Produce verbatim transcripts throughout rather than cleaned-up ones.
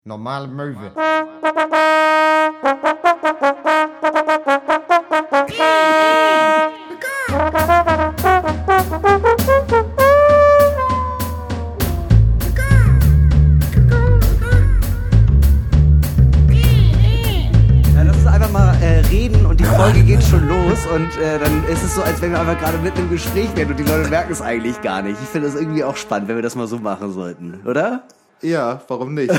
Normale Möwe. Folge geht schon los und äh, dann ist es so, als wenn wir einfach gerade mitten im Gespräch wären und die Leute merken es eigentlich gar nicht. Ich finde das irgendwie auch spannend, wenn wir das mal so machen sollten, oder? Ja, warum nicht?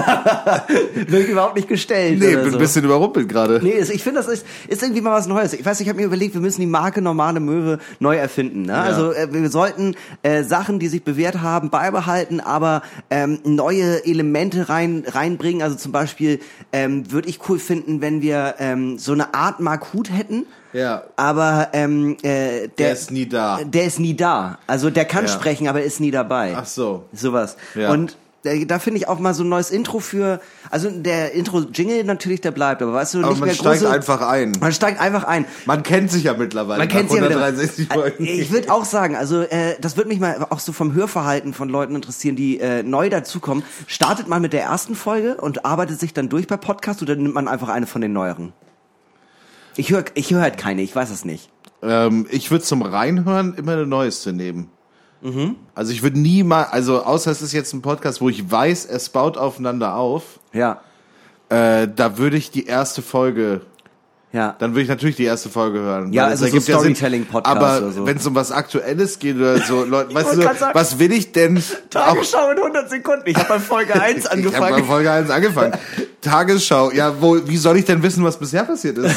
Wird überhaupt nicht gestellt. Nee, oder bin so. ein bisschen überrumpelt gerade. Nee, ich finde, das ist, ist irgendwie mal was Neues. Ich weiß, ich habe mir überlegt, wir müssen die Marke Normale Möwe neu erfinden. Ne? Ja. Also äh, wir sollten äh, Sachen, die sich bewährt haben, beibehalten, aber ähm, neue Elemente rein reinbringen. Also zum Beispiel ähm, würde ich cool finden, wenn wir ähm, so eine Art Mark Huth hätten. Ja. Aber ähm, äh, der, der ist nie da. Der ist nie da. Also der kann ja. sprechen, aber ist nie dabei. Ach so. Sowas. Ja. Und da finde ich auch mal so ein neues Intro für, also der Intro-Jingle natürlich, der bleibt, aber weißt du, aber nicht man mehr steigt große, einfach ein. Man steigt einfach ein. Man kennt sich ja mittlerweile. Man kennt sich ja hundertdreiundsechzig Folgen. Ich würde auch sagen, also äh, das würde mich mal auch so vom Hörverhalten von Leuten interessieren, die äh, neu dazukommen. Startet man mit der ersten Folge und arbeitet sich dann durch bei Podcast oder nimmt man einfach eine von den neueren? Ich höre ich hör halt keine, ich weiß es nicht. Ähm, ich würde zum Reinhören immer eine neueste nehmen. Mhm. Also ich würde nie mal, also außer es ist jetzt ein Podcast, wo ich weiß, es baut aufeinander auf. Ja. Äh, da würde ich die erste Folge, ja, dann würde ich natürlich die erste Folge hören. Ja, also so Storytelling-Podcast aber oder so. wenn es um was Aktuelles geht oder so, Leute, weißt du, sagen, was will ich denn? Tagesschau in hundert Sekunden. Ich habe bei Folge eins angefangen. Ich habe bei Folge eins angefangen. Tagesschau, ja, wo, wie soll ich denn wissen, was bisher passiert ist?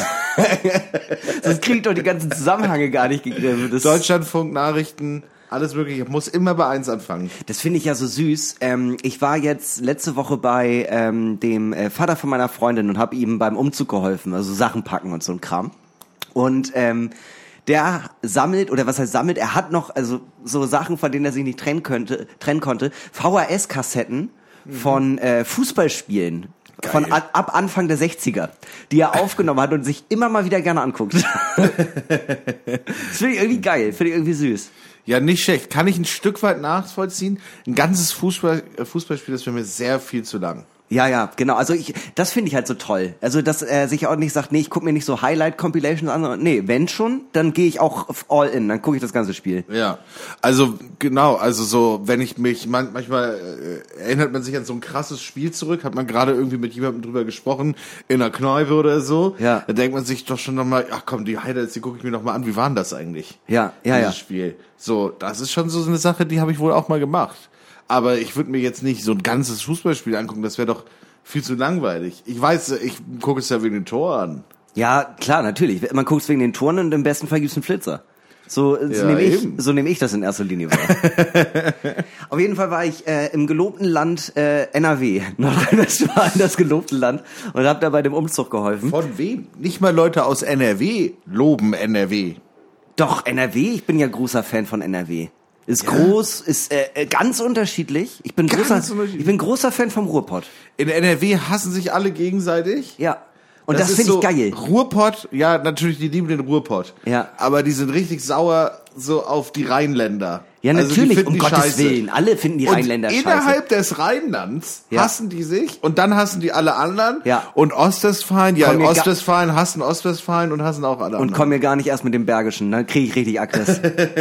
Das kriegt doch die ganzen Zusammenhänge gar nicht gegriffen. Deutschlandfunk, Nachrichten. Alles mögliche. Ich muss immer bei eins anfangen. Das finde ich ja so süß. Ähm, ich war jetzt letzte Woche bei ähm, dem äh, Vater von meiner Freundin und habe ihm beim Umzug geholfen, also Sachen packen und so ein Kram. Und ähm, der sammelt, oder was heißt sammelt, er hat noch also so Sachen, von denen er sich nicht trennen könnte, trennen konnte, V H S-Kassetten mhm. von äh, Fußballspielen. Geil. Von a, ab Anfang der sechziger, die er aufgenommen hat und sich immer mal wieder gerne anguckt. Das finde ich irgendwie geil, finde ich irgendwie süß. Ja, nicht schlecht. Kann ich ein Stück weit nachvollziehen. Ein ganzes Fußball, Fußballspiel, das wäre mir sehr viel zu lang. Ja, ja, genau. Also ich, das finde ich halt so toll. Also, dass er sich auch nicht sagt, nee, ich gucke mir nicht so Highlight-Compilations an, sondern nee, wenn schon, dann gehe ich auch all in, dann gucke ich das ganze Spiel. Ja, also genau, also so, wenn ich mich, man, manchmal äh, erinnert man sich an so ein krasses Spiel zurück, hat man gerade irgendwie mit jemandem drüber gesprochen, in einer Kneipe oder so, ja. Da denkt man sich doch schon nochmal, ach komm, die Highlights, die gucke ich mir nochmal an, wie waren das eigentlich? Ja, ja, dieses ja. Spiel. So, das ist schon so eine Sache, die habe ich wohl auch mal gemacht. Aber ich würde mir jetzt nicht so ein ganzes Fußballspiel angucken, das wäre doch viel zu langweilig. Ich weiß, ich gucke es ja wegen den Toren. Ja, klar, natürlich. Man guckt es wegen den Toren und im besten Fall gibt's einen Flitzer. So, so ja, nehme ich, eben. so nehme ich das in erster Linie wahr. Auf jeden Fall war ich äh, im gelobten Land äh, N R W, Nordrhein-Westfalen, das gelobte Land, und habe da bei dem Umzug geholfen. Von wem? Nicht mal Leute aus N R W loben N R W. Doch, N R W, ich bin ja großer Fan von N R W. Ist ja. groß, ist äh, ganz unterschiedlich. Ich bin ganz großer, ich bin großer Fan vom Ruhrpott. In N R W hassen sich alle gegenseitig. Ja. Und das, das finde so ich geil. Ruhrpott, ja, natürlich, die lieben den Ruhrpott. Ja. Aber die sind richtig sauer so auf die Rheinländer. Ja, natürlich, also um Gottes Scheiße. Willen. Alle finden die und Rheinländer scheiße. Innerhalb des Rheinlands ja. hassen die sich und dann hassen die alle anderen. Ja. Und Ostwestfalen, ja, Ostwestfalen hassen Ostwestfalen und hassen auch alle anderen. Und kommen mir gar nicht erst mit dem Bergischen, dann kriege ich richtig Aggress.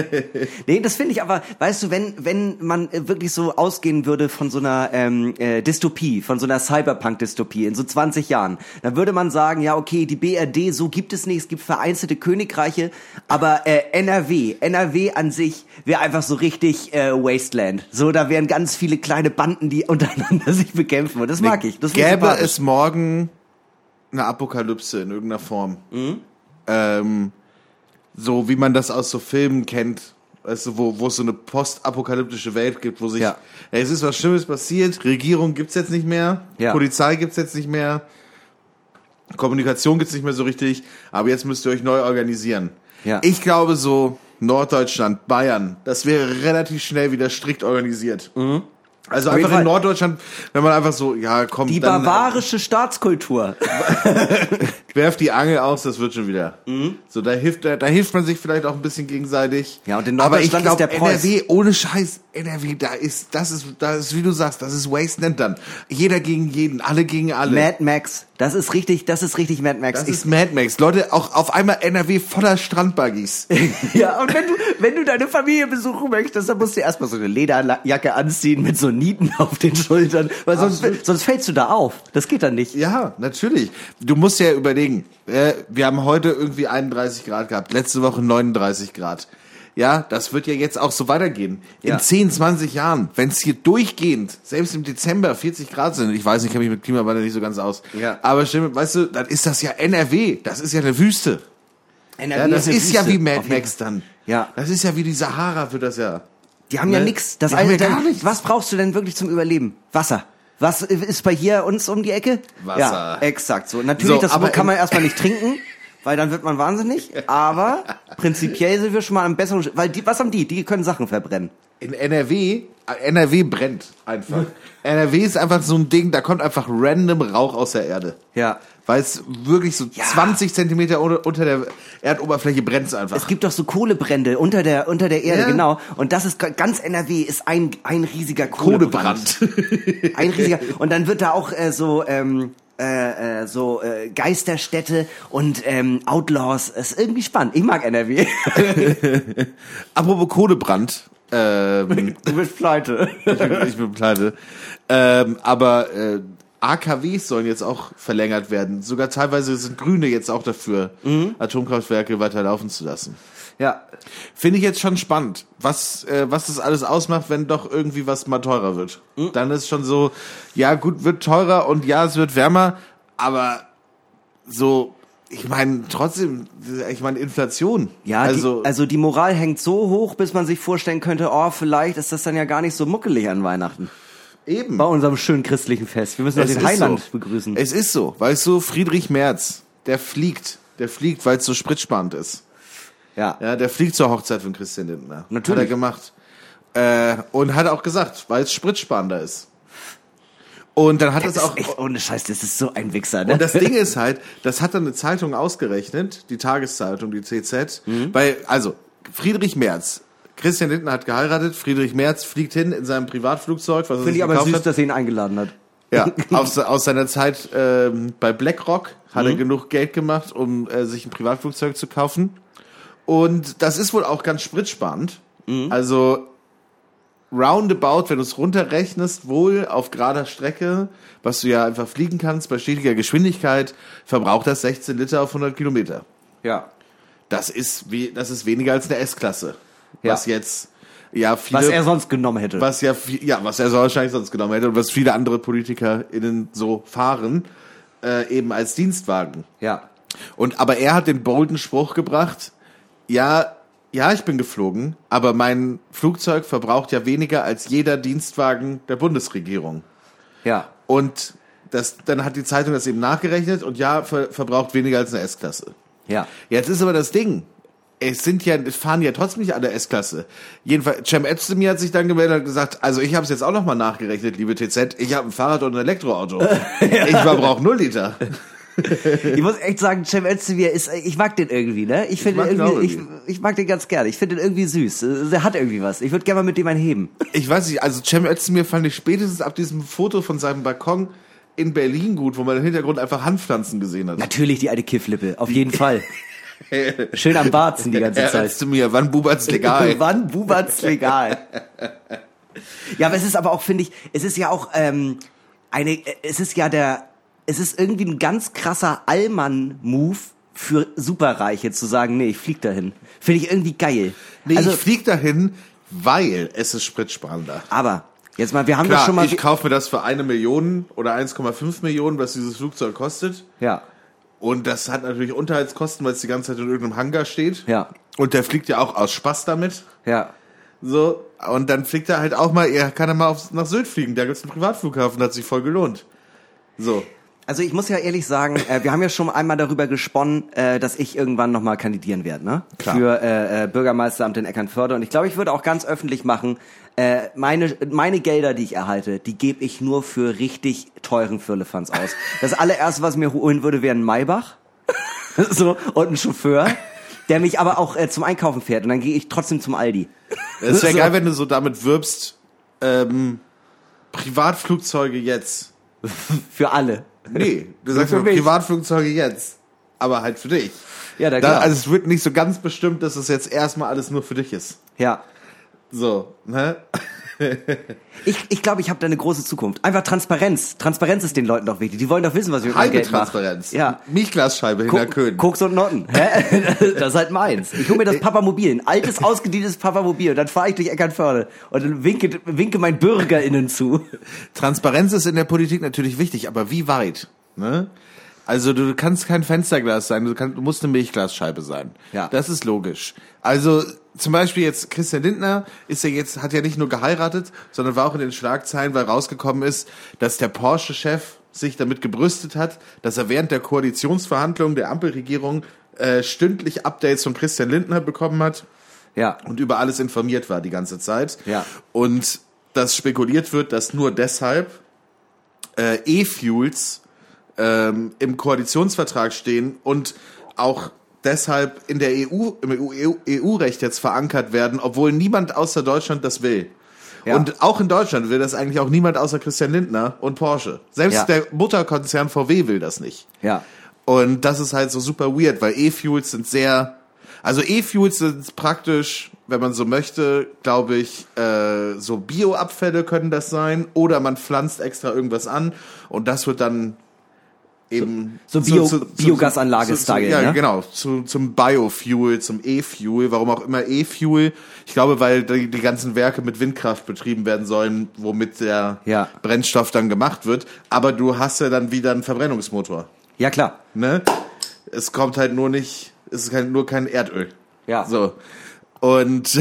Nee, das finde ich aber, weißt du, wenn wenn man wirklich so ausgehen würde von so einer ähm, äh, Dystopie, von so einer Cyberpunk-Dystopie in so zwanzig Jahren, dann würde man sagen, ja okay, die B R D, so gibt es nicht, es gibt vereinzelte Königreiche, aber äh, N R W, N R W an sich wäre einfach so richtig äh, Wasteland. So, da wären ganz viele kleine Banden, die untereinander sich bekämpfen. Und das mag ich. Das gäbe es morgen eine Apokalypse in irgendeiner Form. Mhm. Ähm, so wie man das aus so Filmen kennt. Weißt du, wo, wo es so eine postapokalyptische Welt gibt, wo sich, ja. ja, es ist was Schlimmes passiert, Regierung gibt's jetzt nicht mehr, ja. Polizei gibt's jetzt nicht mehr, Kommunikation gibt's nicht mehr so richtig, aber jetzt müsst ihr euch neu organisieren. Ja. Ich glaube so, Norddeutschland, Bayern, das wäre relativ schnell wieder strikt organisiert. Mhm. Also Auf jeden einfach in Fall. Norddeutschland, wenn man einfach so, ja komm, Die dann bavarische Staatskultur. werft die Angel aus, das wird schon wieder. Mhm. So, da hilft, da, da hilft man sich vielleicht auch ein bisschen gegenseitig. Ja, und in Aber ich Norddeutschland ist glaube, der Preuß. N R W, ohne Scheiß, N R W, da ist, das ist, das ist, wie du sagst, das ist Wasteland dann. Jeder gegen jeden, alle gegen alle. Mad Max. Das ist richtig, das ist richtig Mad Max. Das Ich- ist Mad Max. Leute, auch auf einmal N R W voller Strandbuggies. Ja, und wenn du, wenn du deine Familie besuchen möchtest, dann musst du erstmal so eine Lederjacke anziehen mit so Nieten auf den Schultern, weil sonst, sonst fällst du da auf. Das geht dann nicht. Ja, natürlich. Du musst ja überlegen, äh, wir haben heute irgendwie einunddreißig Grad gehabt, letzte Woche neununddreißig Grad. Ja, das wird ja jetzt auch so weitergehen. Ja. In zehn, zwanzig Jahren, wenn es hier durchgehend, selbst im Dezember vierzig Grad sind, ich weiß nicht, ich kenne mich mit Klimawandel nicht so ganz aus, Ja. aber stimmt, weißt du, dann ist das ja N R W, das ist ja eine Wüste. N R W Ja, das eine ist ja Wüste. wie Mad Auf jeden Max dann. Ja. Das ist ja wie die Sahara für das Jahr. Die haben ja Ne? nix. Das Die haben eine, ja gar nichts. Was brauchst du denn wirklich zum Überleben? Wasser. Was ist bei hier uns um die Ecke? Wasser. Ja, exakt so. Natürlich, So, das aber kann man in- erstmal nicht trinken, weil dann wird man wahnsinnig. Aber prinzipiell sind wir schon mal am besseren, weil die, was haben die? Die können Sachen verbrennen. In N R W, äh, N R W brennt einfach. N R W ist einfach so ein Ding, da kommt einfach random Rauch aus der Erde. Ja. Weil es wirklich so Ja. zwanzig Zentimeter unter unter der Erdoberfläche brennt es einfach. Es gibt doch so Kohlebrände unter der unter der Erde, Ja. genau. Und das ist ganz N R W ist ein ein riesiger Kohlebrand. Kohlebrand. Ein riesiger. Und dann wird da auch äh, so ähm, äh, äh, so äh, Geisterstädte und ähm, Outlaws. Ist irgendwie spannend. Ich mag N R W. Apropos Kohlebrand. Ähm, Du bist pleite. ich, bin, ich bin pleite. Ähm, aber äh, A K Ws sollen jetzt auch verlängert werden. Sogar teilweise sind Grüne jetzt auch dafür, Mhm. Atomkraftwerke weiterlaufen zu lassen. Ja. Finde ich jetzt schon spannend, was, äh, was das alles ausmacht, wenn doch irgendwie was mal teurer wird. Mhm. Dann ist schon so, ja gut, wird teurer und ja, es wird wärmer, aber so, ich meine, trotzdem, ich meine, Inflation. Ja, also, die, also die Moral hängt so hoch, bis man sich vorstellen könnte, oh, vielleicht ist das dann ja gar nicht so muckelig an Weihnachten. eben. Bei unserem schönen christlichen Fest. Wir müssen doch Es den ist Heiland so. begrüßen. Es ist so, weißt du, Friedrich Merz, der fliegt, der fliegt, weil es so spritsparend ist. Ja. Ja, der fliegt zur Hochzeit von Christian Lindner. Natürlich. Hat er gemacht. Äh, und hat auch gesagt, weil es spritsparender ist. Und dann hat Das es ist auch... echt, ohne Scheiß, das ist so ein Wichser, ne? Und das Ding ist halt, das hat dann eine Zeitung ausgerechnet, die Tageszeitung, die T Z, Mhm. weil, also, Friedrich Merz, Christian Lindner hat geheiratet, Friedrich Merz fliegt hin in seinem Privatflugzeug, was er Finde sich ich aber gekauft süß, hat. dass er ihn eingeladen hat. Ja, aus, aus seiner Zeit ähm, bei BlackRock hat Mhm. er genug Geld gemacht, um äh, sich ein Privatflugzeug zu kaufen. Und das ist wohl auch ganz spritsparend. Mhm. Also roundabout, wenn du es runterrechnest, wohl auf gerader Strecke, was du ja einfach fliegen kannst, bei stetiger Geschwindigkeit, verbraucht das sechzehn Liter auf hundert Kilometer. Ja. Das ist wie, das ist weniger als eine S-Klasse. Ja. Was jetzt, ja, viele, Was er sonst genommen hätte. was ja, vi- ja, was er so wahrscheinlich sonst genommen hätte und was viele andere PolitikerInnen so fahren, äh, eben als Dienstwagen. Ja. Und, aber er hat den bolden Spruch gebracht, ja, ja, ich bin geflogen, aber mein Flugzeug verbraucht ja weniger als jeder Dienstwagen der Bundesregierung. Ja. Und das, dann hat die Zeitung das eben nachgerechnet und ja, ver, verbraucht weniger als eine S-Klasse. Ja. Jetzt ist aber das Ding, es sind ja, es fahren ja trotzdem nicht alle S-Klasse. Jedenfalls, Cem Özdemir hat sich dann gemeldet und gesagt, also ich habe es jetzt auch noch mal nachgerechnet, liebe T Z, ich habe ein Fahrrad und ein Elektroauto. Ich verbrauche null Liter. Ich muss echt sagen, Cem Özdemir ist, ich mag den irgendwie, ne? Ich finde mag den den auch irgendwie, ich, irgendwie. ich mag den ganz gerne. Ich finde den irgendwie süß. Der hat irgendwie was. Ich würde gerne mal mit dem einen heben. Ich weiß nicht, also Cem Özdemir fand ich spätestens ab diesem Foto von seinem Balkon in Berlin gut, wo man im Hintergrund einfach Handpflanzen gesehen hat. Natürlich die alte Kifflippe, auf jeden Fall. Schön am Barzen die ganze Herr Zeit. Özdemir, wann bubert's legal? Wann bubert's legal? Ja, aber es ist aber auch, finde ich, es ist ja auch ähm, eine, es ist ja der, es ist irgendwie ein ganz krasser Allmann-Move für Superreiche zu sagen, nee, ich flieg dahin. Finde ich irgendwie geil. Nee, also, ich flieg dahin, weil es ist spritsparender. aber jetzt mal, wir haben Klar, das schon mal. ich kaufe mir das für eine Million oder eins Komma fünf Millionen, was dieses Flugzeug kostet. Ja, Und das hat natürlich Unterhaltskosten, weil es die ganze Zeit in irgendeinem Hangar steht. ja, Und der fliegt ja auch aus Spaß damit. ja. So. Und dann fliegt er halt auch mal, er kann er mal auf, nach Sylt fliegen. Da gibt's einen Privatflughafen, das hat sich voll gelohnt. So. Also ich muss ja ehrlich sagen, äh, wir haben ja schon einmal darüber gesponnen, äh, dass ich irgendwann nochmal kandidieren werde, ne? Klar. Für äh, äh, Bürgermeisteramt in Eckernförde. Und ich glaube, ich würde auch ganz öffentlich machen, äh, meine meine Gelder, die ich erhalte, die gebe ich nur für richtig teuren Firlefanz aus. Das allererste, was ich mir holen würde, wäre ein Maybach. So, und ein Chauffeur, der mich aber auch äh, zum Einkaufen fährt. Und dann gehe ich trotzdem zum Aldi. Es wäre So. geil, wenn du so damit wirbst, ähm, Privatflugzeuge jetzt. Für alle. Nee, du sagst Für mal mich. Privatflugzeuge jetzt. Aber halt für dich. Ja, da Da, klar. also es wird nicht so ganz bestimmt, dass es jetzt erstmal alles nur für dich ist. Ja. So, ne? Ich ich, glaube, ich habe da eine große Zukunft. Einfach Transparenz. Transparenz ist den Leuten doch wichtig. Die wollen doch wissen, was wir mit meinem Halbe Geld machen. Transparenz. Ja. Milchglasscheibe hinter Ko- Köhn. Koks und Noten. Hä? Das ist halt meins. Ich hole mir das Papamobil, ein altes, ausgedientes Papamobil. Und dann fahre ich durch Eckernförde und dann winke, winke mein BürgerInnen zu. Transparenz ist in der Politik natürlich wichtig, aber wie weit? Ne? Also du kannst kein Fensterglas sein, du, kannst, du musst eine Milchglasscheibe sein. Ja. Das ist logisch. Also zum Beispiel jetzt Christian Lindner ist ja jetzt, hat ja nicht nur geheiratet, sondern war auch in den Schlagzeilen, weil rausgekommen ist, dass der Porsche-Chef sich damit gebrüstet hat, dass er während der Koalitionsverhandlungen der Ampelregierung äh, stündlich Updates von Christian Lindner bekommen hat. Ja. Und über alles informiert war die ganze Zeit. Ja. Und dass spekuliert wird, dass nur deshalb äh, E-Fuels ähm, im Koalitionsvertrag stehen und auch deshalb in der E U, im E U-Recht jetzt verankert werden, obwohl niemand außer Deutschland das will. Ja. Und auch in Deutschland will das eigentlich auch niemand außer Christian Lindner und Porsche. Selbst Ja. der Mutterkonzern V W will das nicht. Ja. Und das ist halt so super weird, weil E-Fuels sind sehr, also E-Fuels sind praktisch, wenn man so möchte, glaube ich, äh, so Bioabfälle können das sein, oder man pflanzt extra irgendwas an und das wird dann eben So zu- Bio- zu- zu- Biogasanlage-Style, zu- Ja, ne? genau, zu, zum Biofuel, zum E-Fuel, warum auch immer E-Fuel. Ich glaube, weil die, die ganzen Werke mit Windkraft betrieben werden sollen, womit der Ja. Brennstoff dann gemacht wird. Aber du hast ja dann wieder einen Verbrennungsmotor. Ja, klar. Ne? Es kommt halt nur nicht, es ist kein, nur kein Erdöl. Ja. So. Und,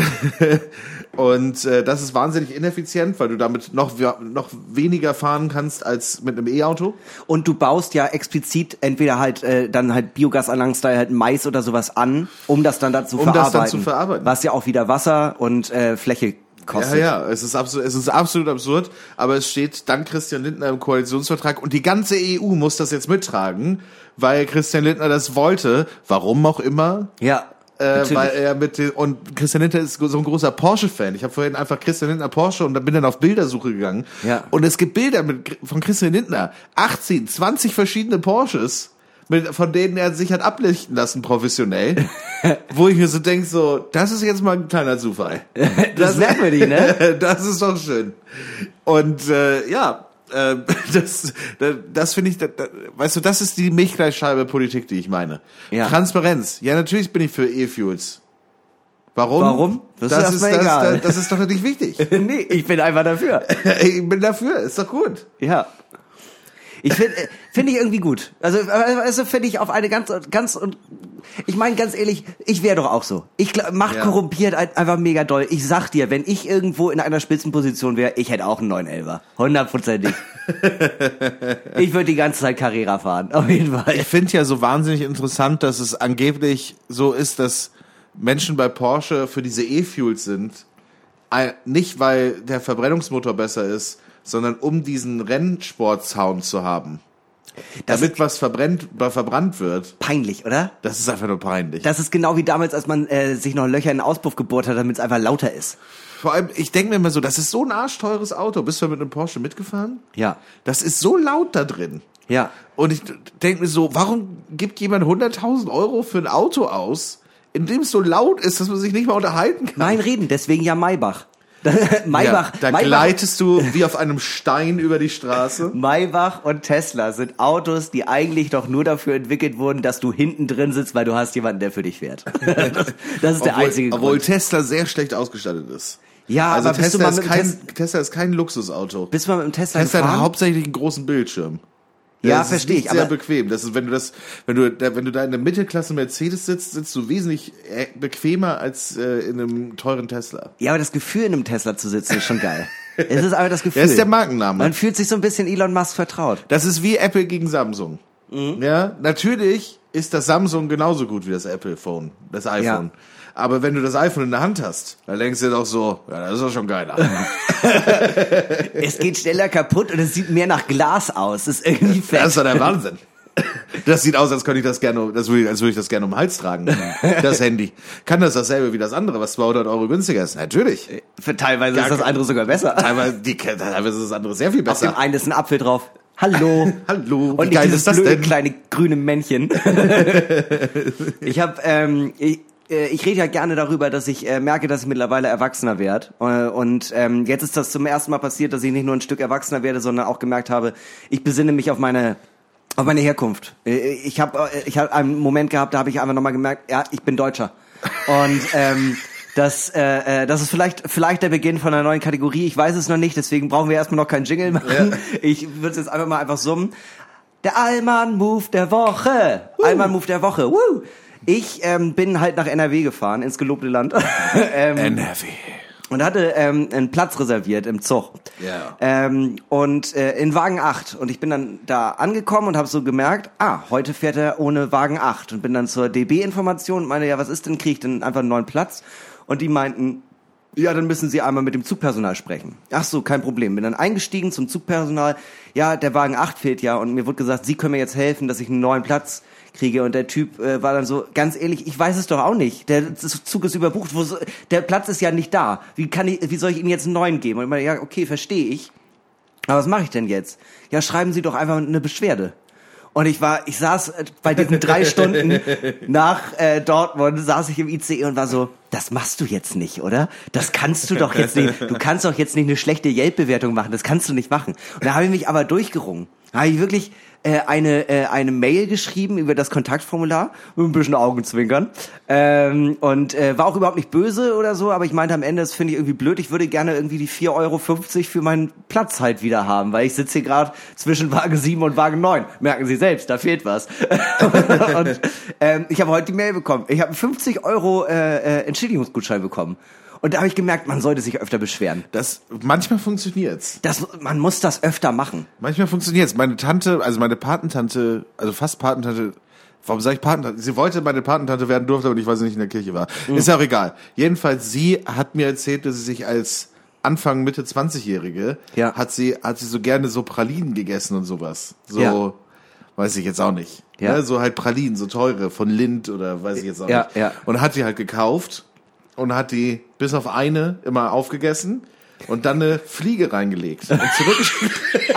und äh, das ist wahnsinnig ineffizient, weil du damit noch, noch weniger fahren kannst als mit einem E-Auto. Und du baust ja explizit entweder halt äh, dann halt Biogasanlagen-Style halt Mais oder sowas an, um das dann dazu Um das verarbeiten. dann zu verarbeiten. Was ja auch wieder Wasser und äh, Fläche Ja, kostet. ja, es ist absolut, es ist absolut absurd, aber es steht dank Christian Lindner im Koalitionsvertrag und die ganze E U muss das jetzt mittragen, weil Christian Lindner das wollte, warum auch immer. Ja. Äh, Natürlich. weil er mit den, und Christian Lindner ist so ein großer Porsche-Fan. Ich habe vorhin einfach Christian Lindner Porsche und dann bin dann auf Bildersuche gegangen. Ja. Und es gibt Bilder mit, von Christian Lindner. achtzehn, zwanzig verschiedene Porsches, mit, von denen er sich hat ablichten lassen professionell. Wo ich mir so denke, so, das ist jetzt mal ein kleiner Zufall. Das ist merkwürdig, ne? Das ist doch schön. Und äh, ja, äh, das, das, das finde ich, das, das, weißt du, das ist die Milchgleichscheibe-Politik, die ich meine. Ja. Transparenz. Ja, natürlich bin ich für E-Fuels. Warum? Warum? Das ist Das, ist, erstmal das, egal. das, das ist doch nicht wichtig. Nee, ich bin einfach dafür. Ich bin dafür, ist doch gut. Ja. Ich finde finde ich irgendwie gut. Also also finde ich auf eine ganz ganz und ich meine ganz ehrlich, ich wäre doch auch so. Ich glaub, Macht Ja. korrumpiert ein- einfach mega doll. Ich sag dir, wenn ich irgendwo in einer Spitzenposition wäre, ich hätte auch einen neun elfer. Hundertprozentig. Ich würde die ganze Zeit Carrera fahren, auf jeden Fall. Ich finde ja so wahnsinnig interessant, dass es angeblich so ist, dass Menschen bei Porsche für diese E-Fuels sind, ein- nicht weil der Verbrennungsmotor besser ist, sondern um diesen Rennsportsound zu haben. Das Damit ist was verbrennt, verbrannt wird. peinlich, oder? Das ist einfach nur peinlich. Das ist genau wie damals, als man äh, sich noch Löcher in den Auspuff gebohrt hat, damit es einfach lauter ist. Vor allem, ich denke mir immer so, das ist so ein arschteures Auto. Bist du mit einem Porsche mitgefahren? Ja. Das ist so laut da drin. Ja. Und ich denke mir so, warum gibt jemand hunderttausend Euro für ein Auto aus, in dem es so laut ist, dass man sich nicht mal unterhalten kann? Nein, reden, deswegen ja Maybach. Maybach, Ja, da Maybach, gleitest du wie auf einem Stein über die Straße. Maybach und Tesla sind Autos, die eigentlich doch nur dafür entwickelt wurden, dass du hinten drin sitzt, weil du hast jemanden, der für dich fährt. Das, das ist der obwohl, einzige obwohl Grund. Tesla sehr schlecht ausgestattet ist. Ja, Also aber bist du Tesla, mal ist mit dem kein, Tes- Tesla ist kein Luxusauto. bist du mal mit dem Tesla, Tesla hat gefahren? hauptsächlich einen großen Bildschirm. Ja, Das ist verstehe nicht ich, sehr aber- bequem. Das ist, wenn du das, wenn du, da, wenn du da in der Mittelklasse Mercedes sitzt, sitzt du wesentlich äh, bequemer als äh, in einem teuren Tesla. Ja, aber das Gefühl, in einem Tesla zu sitzen, ist schon geil. Es ist aber das Gefühl. Das ist der Markenname. Man fühlt sich so ein bisschen Elon Musk vertraut. Das ist wie Apple gegen Samsung. Mhm. Ja, natürlich ist das Samsung genauso gut wie das Apple-Phone, das iPhone. Ja. Aber wenn du das iPhone in der Hand hast, dann denkst du dir doch so, ja, das ist doch schon geiler. Es geht schneller kaputt und es sieht mehr nach Glas aus. Das ist irgendwie fett. Das ist doch der Wahnsinn. Das sieht aus, als könnte ich das gerne, als würde ich, als würde ich das gerne um den Hals tragen. Das Handy. Kann das dasselbe wie das andere, was zweihundert Euro günstiger ist? Natürlich. Für teilweise Gar ist das andere sogar besser. Teilweise, die, teilweise ist das andere sehr viel besser. Auf dem einen ist ein Apfel drauf. Hallo. Hallo. Und nicht dieses blöde kleine grüne Männchen. Ich habe, ähm, ich, ich rede ja gerne darüber, dass ich äh, merke, dass ich mittlerweile erwachsener werde. Äh, und ähm, jetzt ist das zum ersten Mal passiert, dass ich nicht nur ein Stück erwachsener werde, sondern auch gemerkt habe, ich besinne mich auf meine auf meine Herkunft. Ich habe ich hab einen Moment gehabt, da habe ich einfach nochmal gemerkt, ja, ich bin Deutscher. Und ähm, das, äh, das ist vielleicht vielleicht der Beginn von einer neuen Kategorie. Ich weiß es noch nicht, deswegen brauchen wir erstmal noch keinen Jingle machen. Ja. Ich würde es jetzt einfach mal einfach summen. Der Allmann-Move der Woche. Uh. Allmann-Move der Woche. Woo. Ich ähm, bin halt nach N R W gefahren, ins gelobte Land. ähm, N R W. Und hatte ähm, einen Platz reserviert im Zug. Ja. Ähm, und äh, in Wagen acht. Und ich bin dann da angekommen und habe so gemerkt, ah, heute fährt er ohne Wagen acht. Und bin dann zur D B-Information und meine, ja, was ist denn, kriege ich denn einfach einen neuen Platz? Und die meinten, ja, dann müssen Sie einmal mit dem Zugpersonal sprechen. Ach so, kein Problem. Bin dann eingestiegen zum Zugpersonal. Ja, der Wagen acht fehlt ja. Und mir wurde gesagt, Sie können mir jetzt helfen, dass ich einen neuen Platz kriege. Und der Typ äh, war dann so, ganz ehrlich, ich weiß es doch auch nicht. Der Zug ist überbucht. Wo so, der Platz ist ja nicht da. Wie kann ich, wie soll ich Ihnen jetzt einen neuen geben? Und ich meine, ja, okay, verstehe ich. Aber was mache ich denn jetzt? Ja, schreiben Sie doch einfach eine Beschwerde. Und ich war, ich saß bei diesen drei Stunden nach äh, Dortmund, saß ich im I C E und war so, das machst du jetzt nicht, oder? Das kannst du doch jetzt nicht. Du kannst doch jetzt nicht eine schlechte Yelp-Bewertung machen. Das kannst du nicht machen. Und da habe ich mich aber durchgerungen. Da habe ich wirklich äh, eine äh, eine Mail geschrieben über das Kontaktformular mit ein bisschen Augenzwinkern ähm, und äh, war auch überhaupt nicht böse oder so, aber ich meinte am Ende, das finde ich irgendwie blöd, ich würde gerne irgendwie die vier Euro fünfzig für meinen Platz halt wieder haben, weil ich sitze hier gerade zwischen Wagen sieben und Wagen neun. Merken Sie selbst, da fehlt was. Und ähm, ich habe heute die Mail bekommen. Ich habe einen fünfzig Euro äh, äh, Entschädigungsgutschein bekommen. Und da habe ich gemerkt, man sollte sich öfter beschweren. Das, manchmal funktioniert's. Das, man muss das öfter machen. Manchmal funktioniert's. Meine Tante, also meine Patentante, also fast Patentante, warum sage ich Patentante? Sie wollte meine Patentante werden, durfte, aber ich weiß nicht, in der Kirche war. Mhm. Ist ja auch egal. Jedenfalls, sie hat mir erzählt, dass sie sich als Anfang, Mitte zwanzigjährige, ja. hat sie, hat sie so gerne so Pralinen gegessen und sowas. So, ja. weiß ich jetzt auch nicht. Ja. Ne? So halt Pralinen, so teure, von Lindt oder weiß ich jetzt auch ja, nicht. Ja. Und hat die halt gekauft und hat die bis auf eine immer aufgegessen und dann eine Fliege reingelegt und zurückgeschickt.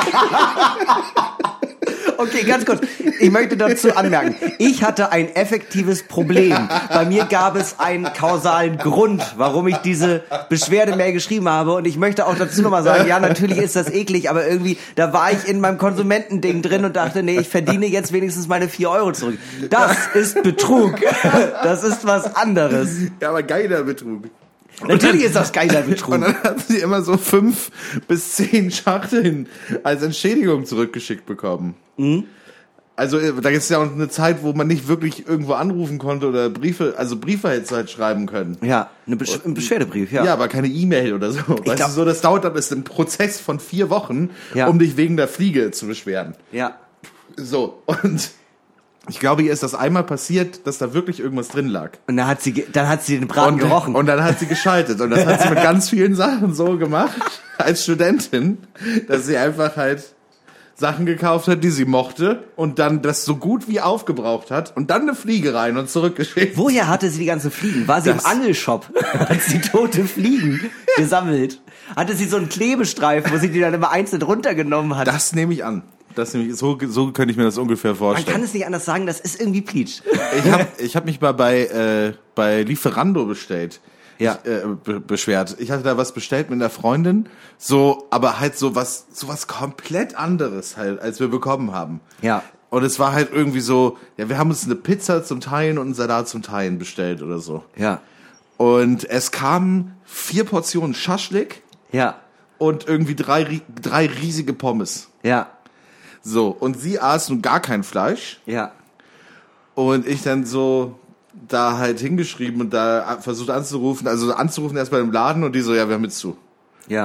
Okay, ganz kurz. Ich möchte dazu anmerken, ich hatte ein effektives Problem. Bei mir gab es einen kausalen Grund, warum ich diese Beschwerdemail geschrieben habe. Und ich möchte auch dazu nochmal sagen, ja, natürlich ist das eklig, aber irgendwie, da war ich in meinem Konsumentending drin und dachte, nee, ich verdiene jetzt wenigstens meine vier Euro zurück. Das ist Betrug. Das ist was anderes. Ja, aber geiler Betrug. Natürlich ist das geiler Betrug. Und dann hat sie immer so fünf bis zehn Schachteln als Entschädigung zurückgeschickt bekommen. Mhm. Also da ist ja auch eine Zeit, wo man nicht wirklich irgendwo anrufen konnte oder Briefe, also Briefe hätte halt schreiben können. Ja, eine Besch ein Beschwerdebrief, ja. Ja, aber keine E-Mail oder so. Ich weißt glaub, du, so das dauert dann, ist ein Prozess von vier Wochen, ja. um dich wegen der Fliege zu beschweren. Ja. So, und ich glaube, ihr ist das einmal passiert, dass da wirklich irgendwas drin lag. Und dann hat sie, dann hat sie den Braten und, gerochen. Und dann hat sie geschaltet. Und das hat sie mit ganz vielen Sachen so gemacht, als Studentin, dass sie einfach halt Sachen gekauft hat, die sie mochte und dann das so gut wie aufgebraucht hat und dann eine Fliege rein und zurückgeschickt. Woher hatte sie die ganzen Fliegen? War sie das im Angelshop? Hat sie tote Fliegen gesammelt? Hatte sie so einen Klebestreifen, wo sie die dann immer einzeln runtergenommen hat? Das nehme ich an. Das nämlich, so, so könnte ich mir das ungefähr vorstellen. Man kann es nicht anders sagen, das ist irgendwie Pleatsch. Ich habe ich hab mich mal bei, äh, bei Lieferando bestellt. Ja. Ich, äh, be beschwert. Ich hatte da was bestellt mit einer Freundin, so, aber halt so was, so was komplett anderes halt, als wir bekommen haben. Ja. Und es war halt irgendwie so, ja, wir haben uns eine Pizza zum Teilen und einen Salat zum Teilen bestellt oder so. Ja. Und es kamen vier Portionen Schaschlik. Ja. Und irgendwie drei, drei riesige Pommes. Ja. So, und sie aß nun gar kein Fleisch. Ja. Und ich dann so da halt hingeschrieben und da versucht anzurufen, also anzurufen erst bei dem Laden und die so, ja, wir haben jetzt zu. Ja.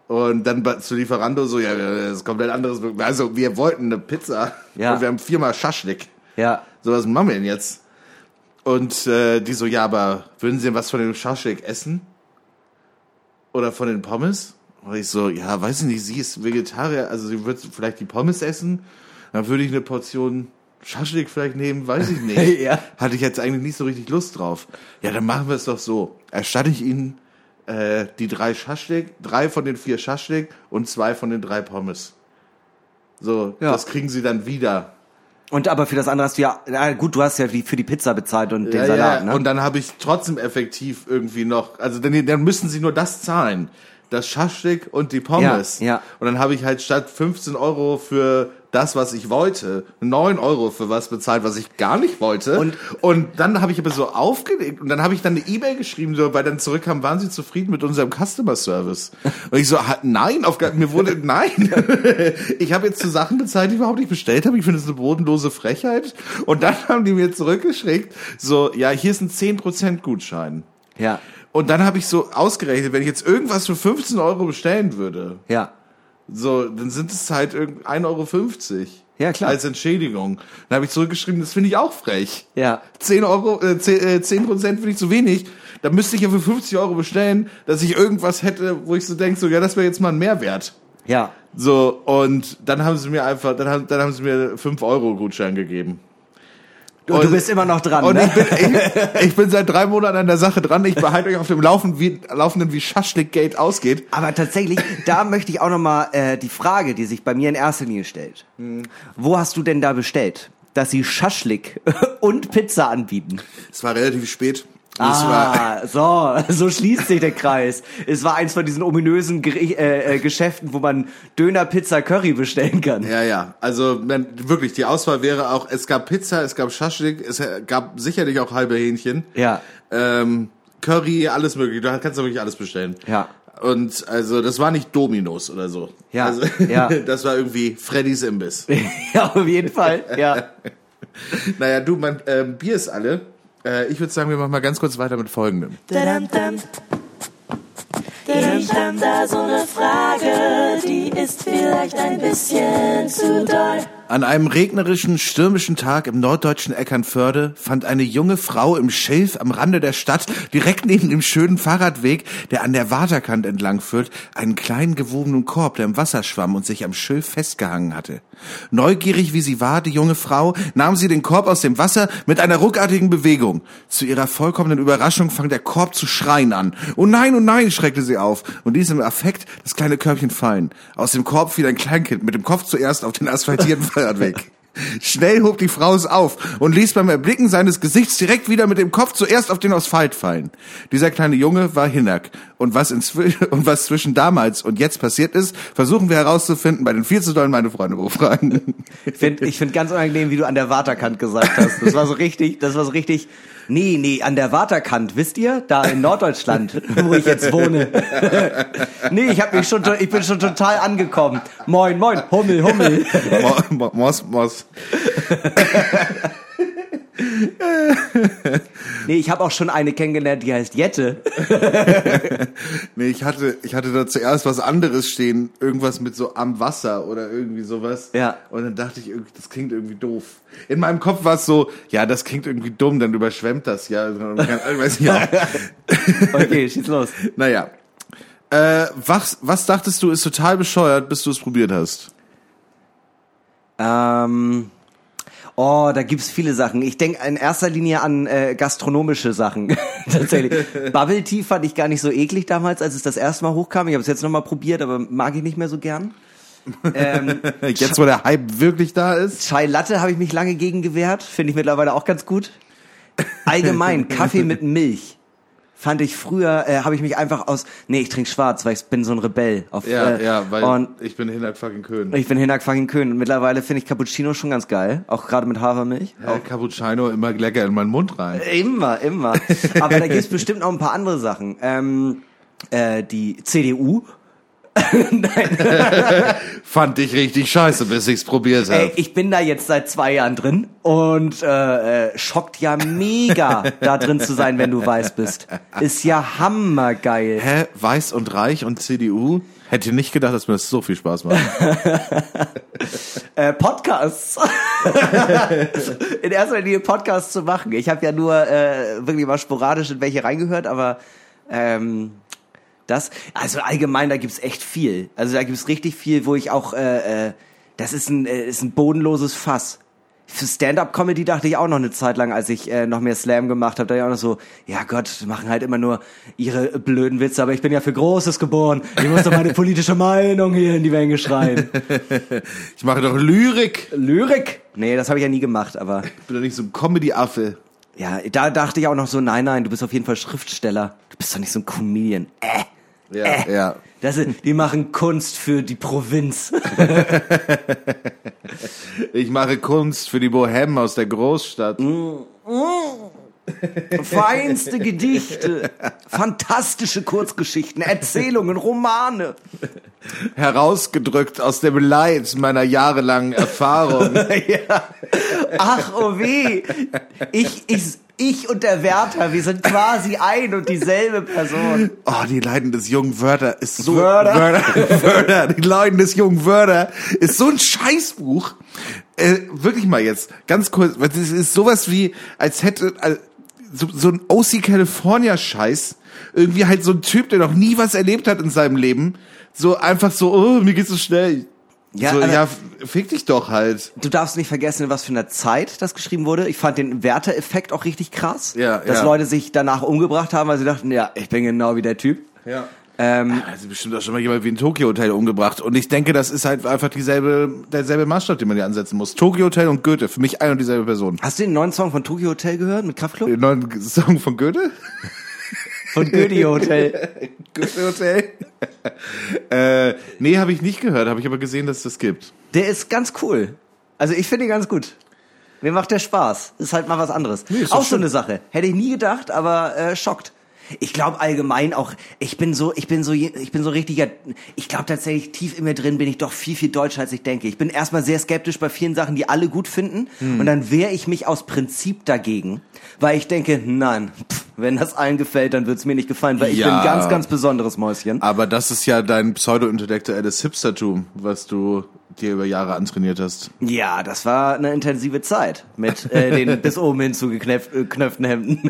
Und dann zu Lieferando so, ja, das ist komplett anderes. Also wir wollten eine Pizza ja. und wir haben viermal Schaschlik. Ja. So, was machen wir denn jetzt? Und äh, die so, ja, aber würden Sie denn was von dem Schaschlik essen? Oder von den Pommes? Und ich so, ja, weiß ich nicht, sie ist Vegetarier, also sie wird vielleicht die Pommes essen. Dann würde ich eine Portion Schaschlik vielleicht nehmen, weiß ich nicht. ja. Hatte ich jetzt eigentlich nicht so richtig Lust drauf. Ja, dann machen wir es doch so. Erstatte ich Ihnen äh, die drei Schaschlik, drei von den vier Schaschlik und zwei von den drei Pommes. So, ja. Das kriegen Sie dann wieder. Und aber für das andere hast du ja, na gut, du hast ja für die Pizza bezahlt und den ja, Salat, ja. ne? Und dann habe ich trotzdem effektiv irgendwie noch, also dann, dann müssen Sie nur das zahlen. Das Schaschlik und die Pommes. Ja, ja. Und dann habe ich halt statt fünfzehn Euro für das, was ich wollte, neun Euro für was bezahlt, was ich gar nicht wollte. Und, und dann habe ich aber so aufgelegt und dann habe ich dann eine E-Mail geschrieben, so, weil dann zurückkam, waren Sie zufrieden mit unserem Customer Service? Und ich so, nein, auf gar, mir wurde, nein. Ich habe jetzt zu Sachen bezahlt, die ich überhaupt nicht bestellt habe. Ich finde das eine bodenlose Frechheit. Und dann haben die mir zurückgeschickt, so, ja, hier ist ein zehn Prozent Gutschein. Ja. Und dann habe ich so ausgerechnet, wenn ich jetzt irgendwas für fünfzehn Euro bestellen würde, ja. so, dann sind es halt ein Euro fünfzig. Ja, klar. Als Entschädigung. Dann habe ich zurückgeschrieben, das finde ich auch frech. Ja. zehn Euro, äh, zehn Prozent finde ich zu wenig. Da müsste ich ja für fünfzig Euro bestellen, dass ich irgendwas hätte, wo ich so denke, so, ja, das wäre jetzt mal ein Mehrwert. Ja. So, und dann haben sie mir einfach, dann haben, dann haben sie mir fünf Euro Gutschein gegeben. Und, und du bist immer noch dran, und ne? ich, bin, ich, ich bin seit drei Monaten an der Sache dran. Ich behalte euch auf dem Laufen, wie, Laufenden, wie Schaschlik-Gate ausgeht. Aber tatsächlich, da möchte ich auch nochmal äh, die Frage, die sich bei mir in erster Linie stellt. Hm. Wo hast du denn da bestellt, dass sie Schaschlik und Pizza anbieten? Es war relativ spät. Ah, so, so schließt sich der Kreis. Es war eins von diesen ominösen Geri- äh, äh, Geschäften, wo man Döner, Pizza, Curry bestellen kann. Ja, ja, also man, wirklich, die Auswahl wäre auch, es gab Pizza, es gab Schaschlik, es gab sicherlich auch halbe Hähnchen. Ja. Ähm, Curry, alles mögliche, du kannst da wirklich alles bestellen. Ja. Und also das war nicht Domino's oder so. Ja, also, ja. Das war irgendwie Freddys Imbiss. Ja, auf jeden Fall, ja. Naja, du, mein äh, Bier ist alle. Ich würde sagen, wir machen mal ganz kurz weiter mit Folgendem. Ich hab da so eine Frage, die ist vielleicht ein bisschen zu doll. An einem regnerischen, stürmischen Tag im norddeutschen Eckernförde fand eine junge Frau im Schilf am Rande der Stadt, direkt neben dem schönen Fahrradweg, der an der Waterkant entlang führt, einen kleinen gewobenen Korb, der im Wasser schwamm und sich am Schilf festgehangen hatte. Neugierig wie sie war, die junge Frau, nahm sie den Korb aus dem Wasser mit einer ruckartigen Bewegung. Zu ihrer vollkommenen Überraschung fang der Korb zu schreien an. Oh nein, oh nein, schreckte sie auf und ließ im Affekt das kleine Körbchen fallen. Aus dem Korb fiel ein Kleinkind mit dem Kopf zuerst auf den asphaltierten Fahrradweg. Schnell hob die Frau es auf und ließ beim Erblicken seines Gesichts direkt wieder mit dem Kopf zuerst auf den Asphalt fallen. Dieser kleine Junge war Hinak. Und was, inzwischen, und was zwischen damals und jetzt passiert ist, versuchen wir herauszufinden bei den viel zu dollen meine Freunde befragen. Ich finde ich find ganz unangenehm, wie du an der Waterkant gesagt hast. Das war so richtig, das war so richtig, nee, nee, an der Waterkant, wisst ihr? Da in Norddeutschland, wo ich jetzt wohne. Nee, ich hab mich schon, ich bin schon total angekommen. Moin, moin, Hummel, Hummel. Mo, Moss, Moss. Nee, ich habe auch schon eine kennengelernt, die heißt Jette. Nee, ich hatte, ich hatte da zuerst was anderes stehen, irgendwas mit so am Wasser oder irgendwie sowas. Ja. Und dann dachte ich, das klingt irgendwie doof. In meinem Kopf war es so, ja, das klingt irgendwie dumm, dann überschwemmt das ja. Weiß ich auch. Okay, schieß los. Naja. Äh, was, was dachtest du, ist total bescheuert, bis du es probiert hast? Ähm... Oh, da gibt's viele Sachen. Ich denke in erster Linie an äh, gastronomische Sachen. Tatsächlich. Bubble Tea fand ich gar nicht so eklig damals, als es das erste Mal hochkam. Ich habe es jetzt nochmal probiert, aber mag ich nicht mehr so gern. Ähm, jetzt, wo der Hype wirklich da ist? Chai Latte habe ich mich lange gegen gewehrt. Finde ich mittlerweile auch ganz gut. Allgemein, Kaffee mit Milch. Fand ich früher, äh, habe ich mich einfach aus, nee, ich trinke schwarz, weil ich bin so ein Rebell. Auf, ja, äh, ja, weil und ich bin Hinak fucking Köhn. Ich bin Hinak fucking Köhn. Und mittlerweile finde ich Cappuccino schon ganz geil, auch gerade mit Hafermilch. Ja, auch Cappuccino immer lecker in meinen Mund rein. Immer, immer. Aber da gibt's bestimmt noch ein paar andere Sachen. Ähm, äh, die C D U. Nein. Fand ich richtig scheiße, bis ich's probiert habe. Ey, ich bin da jetzt seit zwei Jahren drin und äh, äh, schockt ja mega, da drin zu sein, wenn du weiß bist. Ist ja hammergeil. Hä? Weiß und Reich und C D U? Hätte nicht gedacht, dass mir das so viel Spaß macht. äh, Podcasts. In erster Linie Podcasts zu machen. Ich habe ja nur äh, wirklich mal sporadisch in welche reingehört, aber ähm, das, also allgemein, da gibt's echt viel. Also da gibt's richtig viel, wo ich auch, äh, äh, das ist ein, äh, ist ein bodenloses Fass. Für Stand-up-Comedy dachte ich auch noch eine Zeit lang, als ich äh, noch mehr Slam gemacht habe, da ich auch noch so, ja Gott, die machen halt immer nur ihre blöden Witze, aber ich bin ja für Großes geboren. Ich muss doch meine politische Meinung hier in die Wänge schreien. Ich mache doch Lyrik. Lyrik? Nee, das habe ich ja nie gemacht, aber... Ich bin doch nicht so ein Comedy-Affe. Ja, da dachte ich auch noch so, nein, nein, du bist auf jeden Fall Schriftsteller. Du bist doch nicht so ein Comedian. Äh, Ja, äh. ja. Das ist, die machen Kunst für die Provinz. Ich mache Kunst für die Bohemen aus der Großstadt. Feinste Gedichte, fantastische Kurzgeschichten, Erzählungen, Romane. Herausgedrückt aus dem Leid meiner jahrelangen Erfahrung. Ja. Ach, oh weh. Ich, ich, ich und der Wärter, wir sind quasi ein und dieselbe Person. Oh, die Leiden des jungen Wörter ist so... Wörter. Wörter, Wörter, die Leiden des jungen Wörter ist so ein Scheißbuch. Äh, wirklich mal jetzt, ganz kurz, weil es ist sowas wie, als hätte... Äh, so, so ein O C California-Scheiß. Irgendwie halt so ein Typ, der noch nie was erlebt hat in seinem Leben. So einfach so, oh, mir geht's so schnell. Ja, so, aber- ja, fick dich doch halt. Du darfst nicht vergessen, in was für einer Zeit das geschrieben wurde. Ich fand den Wärter-Effekt auch richtig krass. Ja, dass ja. Leute sich danach umgebracht haben, weil sie dachten, ja, ich bin genau wie der Typ. Ja. Ähm, Also bestimmt auch schon mal jemand wie ein Tokyo Hotel umgebracht. Und ich denke, das ist halt einfach dieselbe, derselbe Maßstab, den man hier ansetzen muss. Tokyo Hotel und Goethe, für mich ein und dieselbe Person. hast du den neuen Song von Tokyo Hotel gehört mit Kraftklub? Den neuen Song von Goethe? Von Goethe Hotel. Goethe Hotel? äh, nee, habe ich nicht gehört, habe ich aber gesehen, dass es das gibt. Der ist ganz cool. Also ich finde ihn ganz gut. Mir macht der Spaß. Ist halt mal was anderes. Nee, ist doch auch so schön. eine Sache. Hätte ich nie gedacht, aber äh, schockt. Ich glaube allgemein auch, ich bin so, ich bin so, ich bin so richtiger, ich glaube tatsächlich tief in mir drin bin ich doch viel, viel deutscher als ich denke. Ich bin erstmal sehr skeptisch bei vielen Sachen, die alle gut finden Hm. und dann wehre ich mich aus Prinzip dagegen, weil ich denke, nein, pff, wenn das allen gefällt, dann wird's mir nicht gefallen, weil ich Ja. bin ein ganz, ganz besonderes Mäuschen. Aber das ist ja dein pseudo-intellektuelles Hipstertum, was du dir über Jahre antrainiert hast. Ja, das war eine intensive Zeit mit äh, den bis oben hin zugeknöpften Hemden.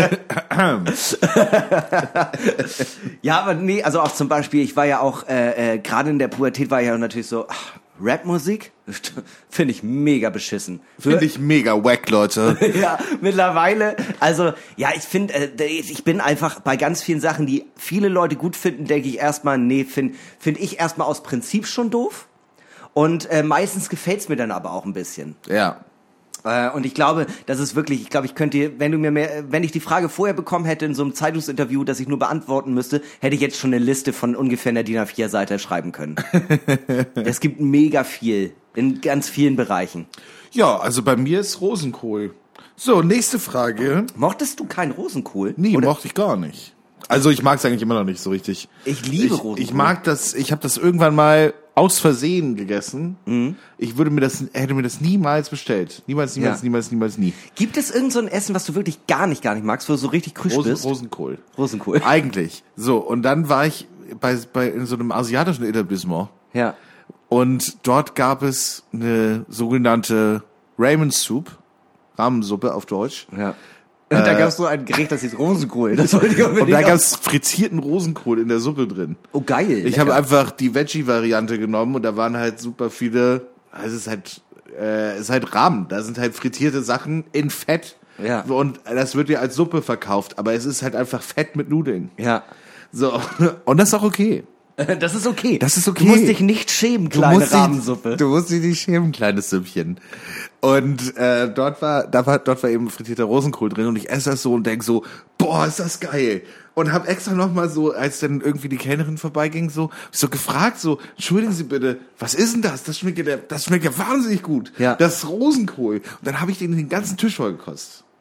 Ja, aber nee, also auch zum Beispiel, ich war ja auch, äh, äh, gerade in der Pubertät war ja natürlich so, ach, Rapmusik finde ich mega beschissen. Finde ich mega wack, Leute. Ja, mittlerweile, also, ja, ich finde, äh, ich bin einfach bei ganz vielen Sachen, die viele Leute gut finden, denke ich erstmal, nee, finde find ich erstmal aus Prinzip schon doof. Und äh, meistens gefällt's mir dann aber auch ein bisschen. Ja. Äh, und ich glaube, das ist wirklich, ich glaube, ich könnte, wenn du mir mehr, wenn ich die Frage vorher bekommen hätte in so einem Zeitungsinterview, das ich nur beantworten müsste, hätte ich jetzt schon eine Liste von ungefähr einer D I N A vier Seite schreiben können. Es gibt mega viel in ganz vielen Bereichen. Ja, also bei mir ist Rosenkohl. So, nächste Frage. Mochtest du keinen Rosenkohl? Nee, Oder? mochte ich gar nicht. Also ich mag es eigentlich immer noch nicht so richtig. Ich liebe ich, Rosenkohl. Ich mag das, ich habe das irgendwann mal aus Versehen gegessen. Mhm. Ich würde mir das, hätte mir das niemals bestellt. Niemals, niemals, Ja. niemals, niemals, nie. Gibt es irgend so ein Essen, was du wirklich gar nicht, gar nicht magst, wo du so richtig krüsch Rosen, bist? Rosenkohl. Rosenkohl. Eigentlich. So, und dann war ich bei, bei in so einem asiatischen Etablissement. Ja. Und dort gab es eine sogenannte Ramen Soup, Rahmensuppe auf Deutsch. Ja. Da gab es so ein Gericht, das hieß Rosenkohl. Das wollte ich unbedingt Und da auch- gab es frittierten Rosenkohl in der Suppe drin. Oh, geil. Ich habe einfach die Veggie-Variante genommen und da waren halt super viele, also es ist halt, äh, es ist halt Rahmen, da sind halt frittierte Sachen in Fett. Ja. Und das wird ja als Suppe verkauft, aber es ist halt einfach Fett mit Nudeln. Ja. So, und das ist auch okay. Das ist okay. Das ist okay. Du musst dich nicht schämen, kleine Rahmensuppe. Dich, du musst dich nicht schämen, kleines Süppchen. Und äh, dort war, da war, dort war eben frittierter Rosenkohl drin und ich esse das so und denk so, boah, ist das geil. Und hab extra nochmal so, als dann irgendwie die Kellnerin vorbeiging, so, so gefragt, so, entschuldigen Sie bitte, was ist denn das? Das schmeckt ja, das schmeckt ja wahnsinnig gut. Ja. Das ist Rosenkohl. Und dann habe ich den den ganzen Tisch voll gekostet.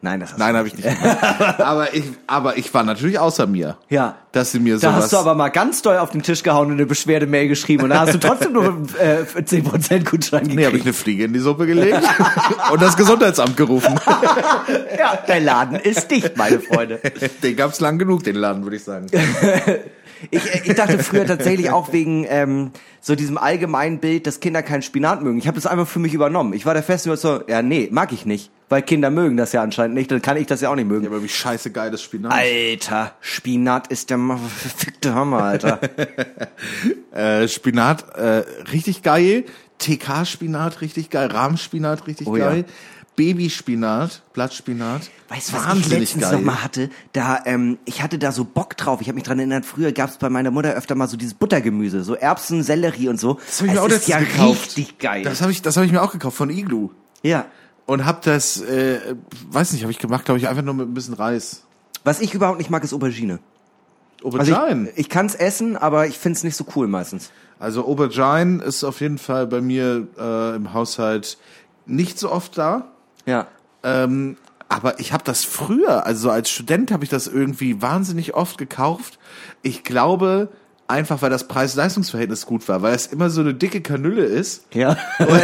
Nein, das hast Nein, du habe ich nicht gemacht. aber, ich, aber ich war natürlich außer mir. Ja. Dass sie mir Da sowas... hast du aber mal ganz doll auf den Tisch gehauen und eine Beschwerdemail geschrieben und da hast du trotzdem nur äh, zehn Prozent Gutschein gekriegt. Nee, habe ich eine Fliege in die Suppe gelegt und das Gesundheitsamt gerufen. Ja, der Laden ist dicht, meine Freunde. Den gab's lang genug, den Laden, würde ich sagen. Ich, ich dachte früher tatsächlich auch wegen ähm, so diesem allgemeinen Bild, dass Kinder keinen Spinat mögen. Ich habe das einfach für mich übernommen. Ich war der festen Überzeugung, ja nee, mag ich nicht. Weil Kinder mögen das ja anscheinend nicht, dann kann ich das ja auch nicht mögen. Ja, aber wie scheiße geil das Spinat. Alter, Spinat ist der verfickte Hammer, Alter. äh, Spinat, äh, richtig geil. T K-Spinat, richtig geil. Rahmspinat, richtig Oh, geil. ja. Babyspinat, Blattspinat. Weißt du, was Wahnsinnig ich letztens geil. noch mal hatte? Da, ähm, ich hatte da so Bock drauf. Ich habe mich dran erinnert, früher gab's bei meiner Mutter öfter mal so dieses Buttergemüse, so Erbsen, Sellerie und so. Das hab ich mir es auch ist letztens ja gekauft. richtig geil. Das habe ich, das habe ich mir auch gekauft von Iglu. Ja. Und hab das, äh, weiß nicht, habe ich gemacht, glaube ich, einfach nur mit ein bisschen Reis. Was ich überhaupt nicht mag, ist Aubergine. Aubergine. Also ich, ich kann's essen, aber ich find's nicht so cool meistens. Also Aubergine ist auf jeden Fall bei mir äh, im Haushalt nicht so oft da. Ja. Ähm, aber ich habe das früher, also als Student habe ich das irgendwie wahnsinnig oft gekauft. Ich glaube, einfach weil das Preis-Leistungs-Verhältnis gut war, weil es immer so eine dicke Kanüle ist. Ja.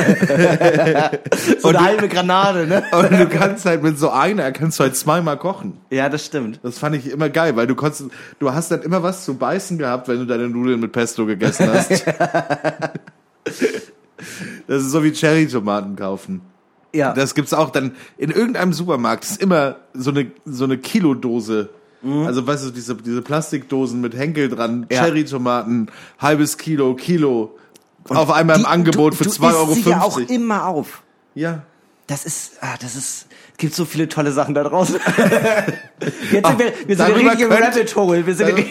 So eine halbe Granate, ne? Und du kannst halt mit so einer, kannst du halt zweimal kochen. Ja, das stimmt. Das fand ich immer geil, weil du konntest, du hast dann immer was zu beißen gehabt, wenn du deine Nudeln mit Pesto gegessen hast. Das ist so wie Cherry-Tomaten kaufen. Ja. Das gibt's auch dann in irgendeinem Supermarkt. Das ist immer so eine so eine Kilodose. Mhm. Also weißt du, diese diese Plastikdosen mit Henkel dran, Ja. Cherrytomaten, halbes Kilo, Kilo. Auf einmal im Die- Angebot du, für du zwei Euro isst sie ja auch fünfzig. immer auf. Ja. Das ist, ah, das ist, es gibt so viele tolle Sachen da draußen. Jetzt sind wir, wir sind darüber richtig im könnt- Rabbit Hole. Wir sind in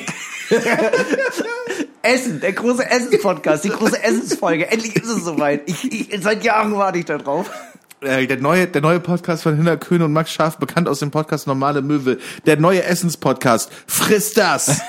Essen, der große Essens-Podcast, die große Essensfolge. Endlich ist es soweit. Ich, ich, seit Jahren warte ich da drauf. Äh, Der neue, der neue Podcast von Hinner Köhn und Max Scharf, bekannt aus dem Podcast Normale Möwe. Der neue Essenspodcast. Friss das!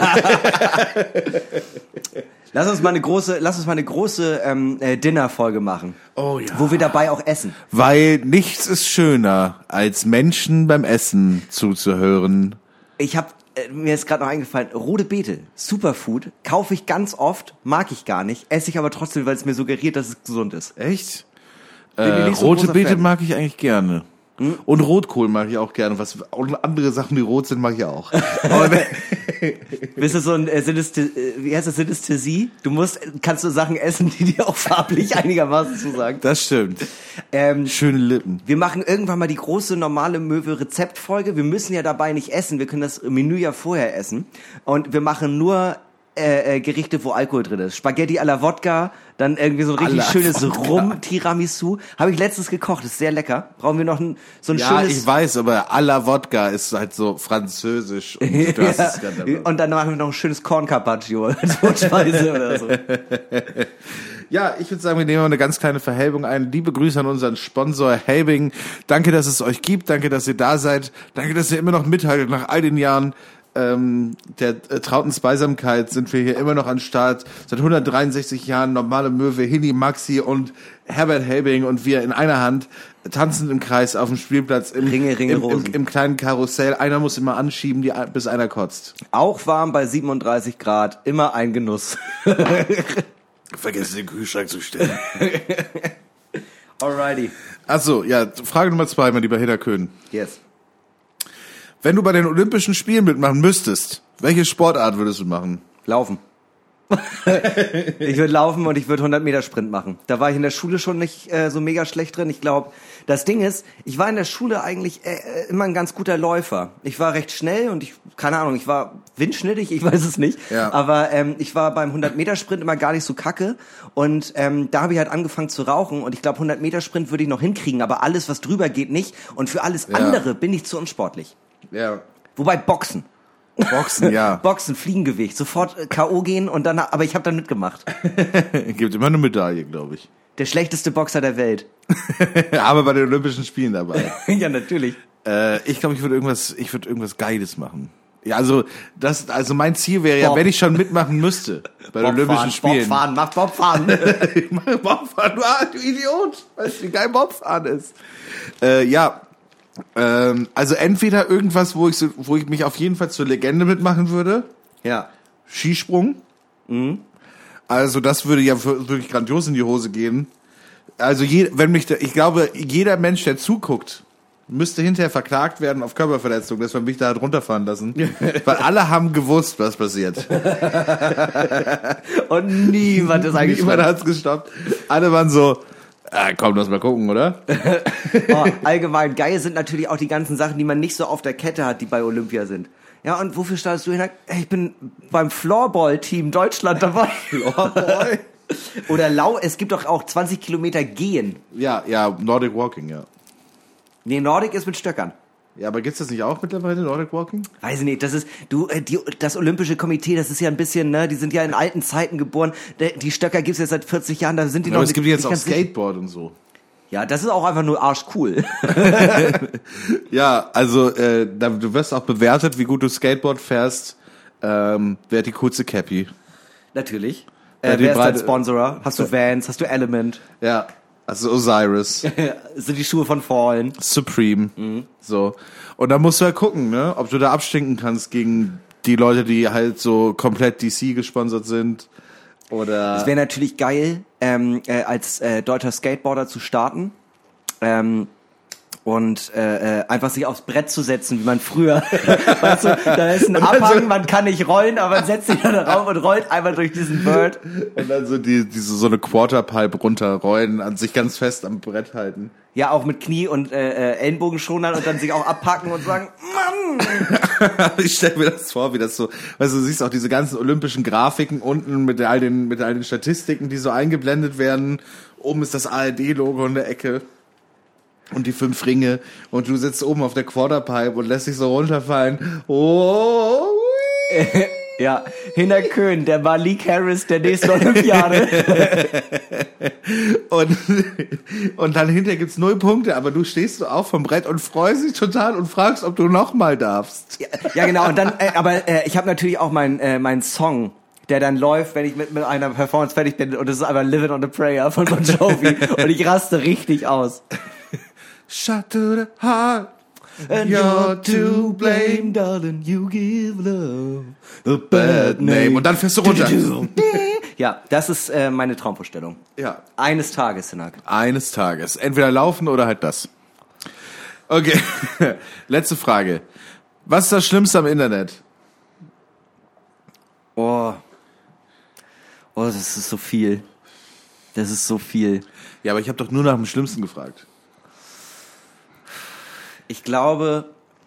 Lass uns mal eine große, lass uns mal eine große ähm, äh, Dinner-Folge machen. Oh ja. Wo wir dabei auch essen. Weil nichts ist schöner, als Menschen beim Essen zuzuhören. Ich habe äh, mir ist gerade noch eingefallen, rote Beete, Superfood, kaufe ich ganz oft, mag ich gar nicht, esse ich aber trotzdem, weil es mir suggeriert, dass es gesund ist. Echt? Bin ich Äh, nicht so rote großer Beete Fan. mag ich eigentlich gerne. Hm? Und Rotkohl mag ich auch gerne. Was, und andere Sachen, die rot sind, mag ich auch. Aber wenn- Bist du so ein äh, Synästhe äh, wie heißt das, Synästhesie? Du musst, kannst du Sachen essen, die dir auch farblich einigermaßen zusagen. das stimmt. Ähm, Schöne Lippen. wir machen irgendwann mal die große normale Möwe-Rezeptfolge. Wir müssen ja dabei nicht essen, wir können das Menü ja vorher essen. Und wir machen nur äh, äh, Gerichte, wo Alkohol drin ist. Spaghetti à la Wodka, dann irgendwie so ein richtig À la schönes Wodka. Rum-Tiramisu. Habe ich letztens gekocht, ist sehr lecker. Brauchen wir noch ein, so ein Ja, schönes... ich weiß, aber à la Wodka ist halt so französisch. Und du hast es gerade dabei. Und dann machen wir noch ein schönes Corn Carpaccio als Vorspeise oder so. Ja, ich würde sagen, wir nehmen mal eine ganz kleine Verhelbung ein. Liebe Grüße an unseren Sponsor Helbing. Danke, dass es euch gibt. Danke, dass ihr da seid. Danke, dass ihr immer noch mithaltet nach all den Jahren ähm, der äh, trauten Zweisamkeit sind wir hier immer noch an Start. Seit hundertdreiundsechzig Jahren normale Möwe, Hini, Maxi und Herbert Helbing und wir in einer Hand tanzend im Kreis auf dem Spielplatz im, Ringe, Ringe, im, im, Rosen. im kleinen Karussell. Einer muss immer anschieben, die, bis einer kotzt. Auch warm bei siebenunddreißig Grad, immer ein Genuss. Vergessen den Kühlschrank zu stellen. Alrighty. Achso, ja, Frage Nummer zwei, mein lieber Hinner Köhn. Yes. Wenn du bei den Olympischen Spielen mitmachen müsstest, welche Sportart würdest du machen? Laufen. Ich würde laufen und ich würde hundert Meter Sprint machen. Da war ich in der Schule schon nicht äh, so mega schlecht drin. Ich glaube, das Ding ist, ich war in der Schule eigentlich äh, immer ein ganz guter Läufer. Ich war recht schnell und ich, keine Ahnung, ich war windschnittig, ich weiß es nicht. Ja. Aber ähm, ich war beim hundert Meter Sprint immer gar nicht so kacke. Und ähm, da habe ich halt angefangen zu rauchen. Und ich glaube, hundert Meter Sprint würde ich noch hinkriegen. Aber alles, was drüber geht, nicht. Und für alles Ja. andere bin ich zu unsportlich. Ja. Wobei Boxen. Boxen, ja. Boxen, Fliegengewicht, sofort äh, K O gehen und dann, aber ich habe da mitgemacht. Gibt immer eine Medaille, glaube ich. Der schlechteste Boxer der Welt. Aber bei den Olympischen Spielen dabei. Ja, natürlich. äh, ich glaube, ich würde irgendwas, ich würde irgendwas Geiles machen. Ja, also das, also mein Ziel wäre ja, Bob. wenn ich schon mitmachen müsste bei den Olympischen Spielen. Bobfahren, mach Bobfahren. Ich mache Bobfahren, du, ah, du Idiot, weißt du, wie geil Bobfahren ist? Äh, ja, Ähm, also entweder irgendwas, wo ich so, wo ich mich auf jeden Fall zur Legende mitmachen würde. Ja. Skisprung. Mhm. Also das würde ja wirklich grandios in die Hose gehen. Also je, wenn mich, da, ich glaube, jeder Mensch, der zuguckt, müsste hinterher verklagt werden auf Körperverletzung, dass man mich da hat runterfahren lassen. Weil alle haben gewusst, was passiert. Und niemand ist eigentlich. Niemand hat's gestoppt. Alle waren so, ah, komm, lass mal gucken, oder? Oh, allgemein geil sind natürlich auch die ganzen Sachen, die man nicht so auf der Kette hat, die bei Olympia sind. Ja, und wofür startest du hin? Ich bin beim Floorball-Team Deutschland dabei. Floorball? Oder Lau, es gibt doch auch zwanzig Kilometer Gehen. Ja, ja, Nordic Walking, ja. Nee, Nordic ist mit Stöckern. Ja, aber gibt's das nicht auch mittlerweile, Nordic Walking? Weiß ich nicht, das ist, du, äh, die, das Olympische Komitee, das ist ja ein bisschen, ne, die sind ja in alten Zeiten geboren. Die, die Stöcker gibt's jetzt seit vierzig Jahren, da sind die Ja, noch aber es gibt jetzt nicht auch ganz sicher. Skateboard und so. Ja, das ist auch einfach nur arschcool. Ja, also äh, da, du wirst auch bewertet, wie gut du Skateboard fährst. Ähm, wer hat die coolste Cappy? Natürlich. Ja, Äh, die wer ist dein Breite- Sponsorer? Hast du Vans? Hast du Element? Ja, also Osiris, Sind die Schuhe von Fallen? Supreme, so. Und da musst du halt gucken, ne, ob du da abstinken kannst gegen die Leute, die halt so komplett D C gesponsert sind. Oder Es wäre natürlich geil, ähm, äh, als äh, deutscher Skateboarder zu starten. Ähm, und äh, äh, einfach sich aufs Brett zu setzen, wie man früher, weißt du, da ist ein Abhang, man kann nicht rollen, aber man setzt sich da drauf und rollt einmal durch diesen Bird. und dann so die diese so eine Quarterpipe runterrollen, an sich ganz fest am Brett halten. Ja, auch mit Knie und äh, äh, Ellenbogenschonern und dann sich auch abpacken und sagen, Mann! Ich stell mir das vor, wie das so, weißt du, du siehst auch diese ganzen olympischen Grafiken unten mit all den mit all den Statistiken, die so eingeblendet werden. Oben ist das A R D-Logo in der Ecke. Und die fünf Ringe. Und du sitzt oben auf der Quarterpipe und lässt dich so runterfallen. Oh, ui. Ja, Hinner Köhn, der Malik Harris der nächsten Olympiade. Und, und dann hinterher gibt's null Punkte, aber du stehst so auf vom Brett und freust dich total und fragst, ob du nochmal darfst. Ja, ja, genau. Und dann, äh, aber äh, ich habe natürlich auch meinen äh, meinen Song, der dann läuft, wenn ich mit, mit einer Performance fertig bin. Und das ist einfach Living on a Prayer von Bon Jovi. Und ich raste richtig aus. Shot to the heart. And You're to blame. darling, you give love a Bad name. Und dann fährst du runter. Ja, das ist äh, meine Traumvorstellung. Ja. Eines Tages, Hinak. Eines Tages. Entweder laufen oder halt das. Okay. Letzte Frage. Was ist das Schlimmste am Internet? Oh. Oh, das ist so viel. Das ist so viel. Ja, aber ich habe doch nur nach dem Schlimmsten gefragt. Ich glaube,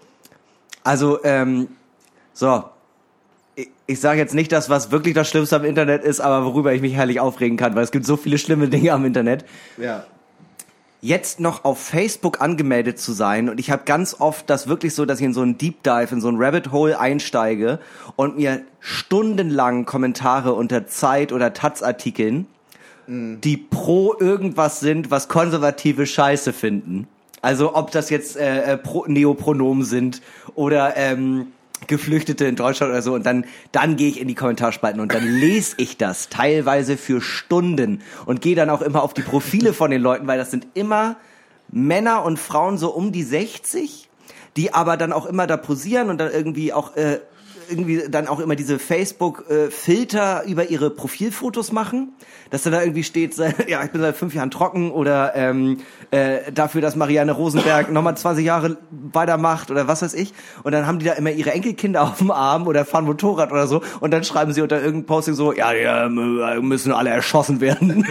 also, ähm, so, ich, ich sage jetzt nicht das, was wirklich das Schlimmste am Internet ist, aber worüber ich mich herrlich aufregen kann, weil es gibt so viele schlimme Dinge am Internet. Ja. Jetzt noch auf Facebook angemeldet zu sein und ich habe ganz oft das wirklich so, dass ich in so einen Deep Dive, in so ein Rabbit Hole einsteige und mir stundenlang Kommentare unter Zeit- oder Taz-Artikeln, mhm. die pro irgendwas sind, was konservative Scheiße finden. Also ob das jetzt äh, Pro- Neopronomen sind oder ähm, Geflüchtete in Deutschland oder so. Und dann dann gehe ich in die Kommentarspalten und dann lese ich das teilweise für Stunden und gehe dann auch immer auf die Profile von den Leuten, weil das sind immer Männer und Frauen so um die sechzig, die aber dann auch immer da posieren und dann irgendwie auch äh, irgendwie dann auch immer diese Facebook-Filter über ihre Profilfotos machen, dass da irgendwie steht, ja, ich bin seit fünf Jahren trocken oder ähm, äh, dafür, dass Marianne Rosenberg nochmal zwanzig Jahre weitermacht oder was weiß ich. Und dann haben die da immer ihre Enkelkinder auf dem Arm oder fahren Motorrad oder so und dann schreiben sie unter irgendeinem Posting so, ja, die müssen alle erschossen werden.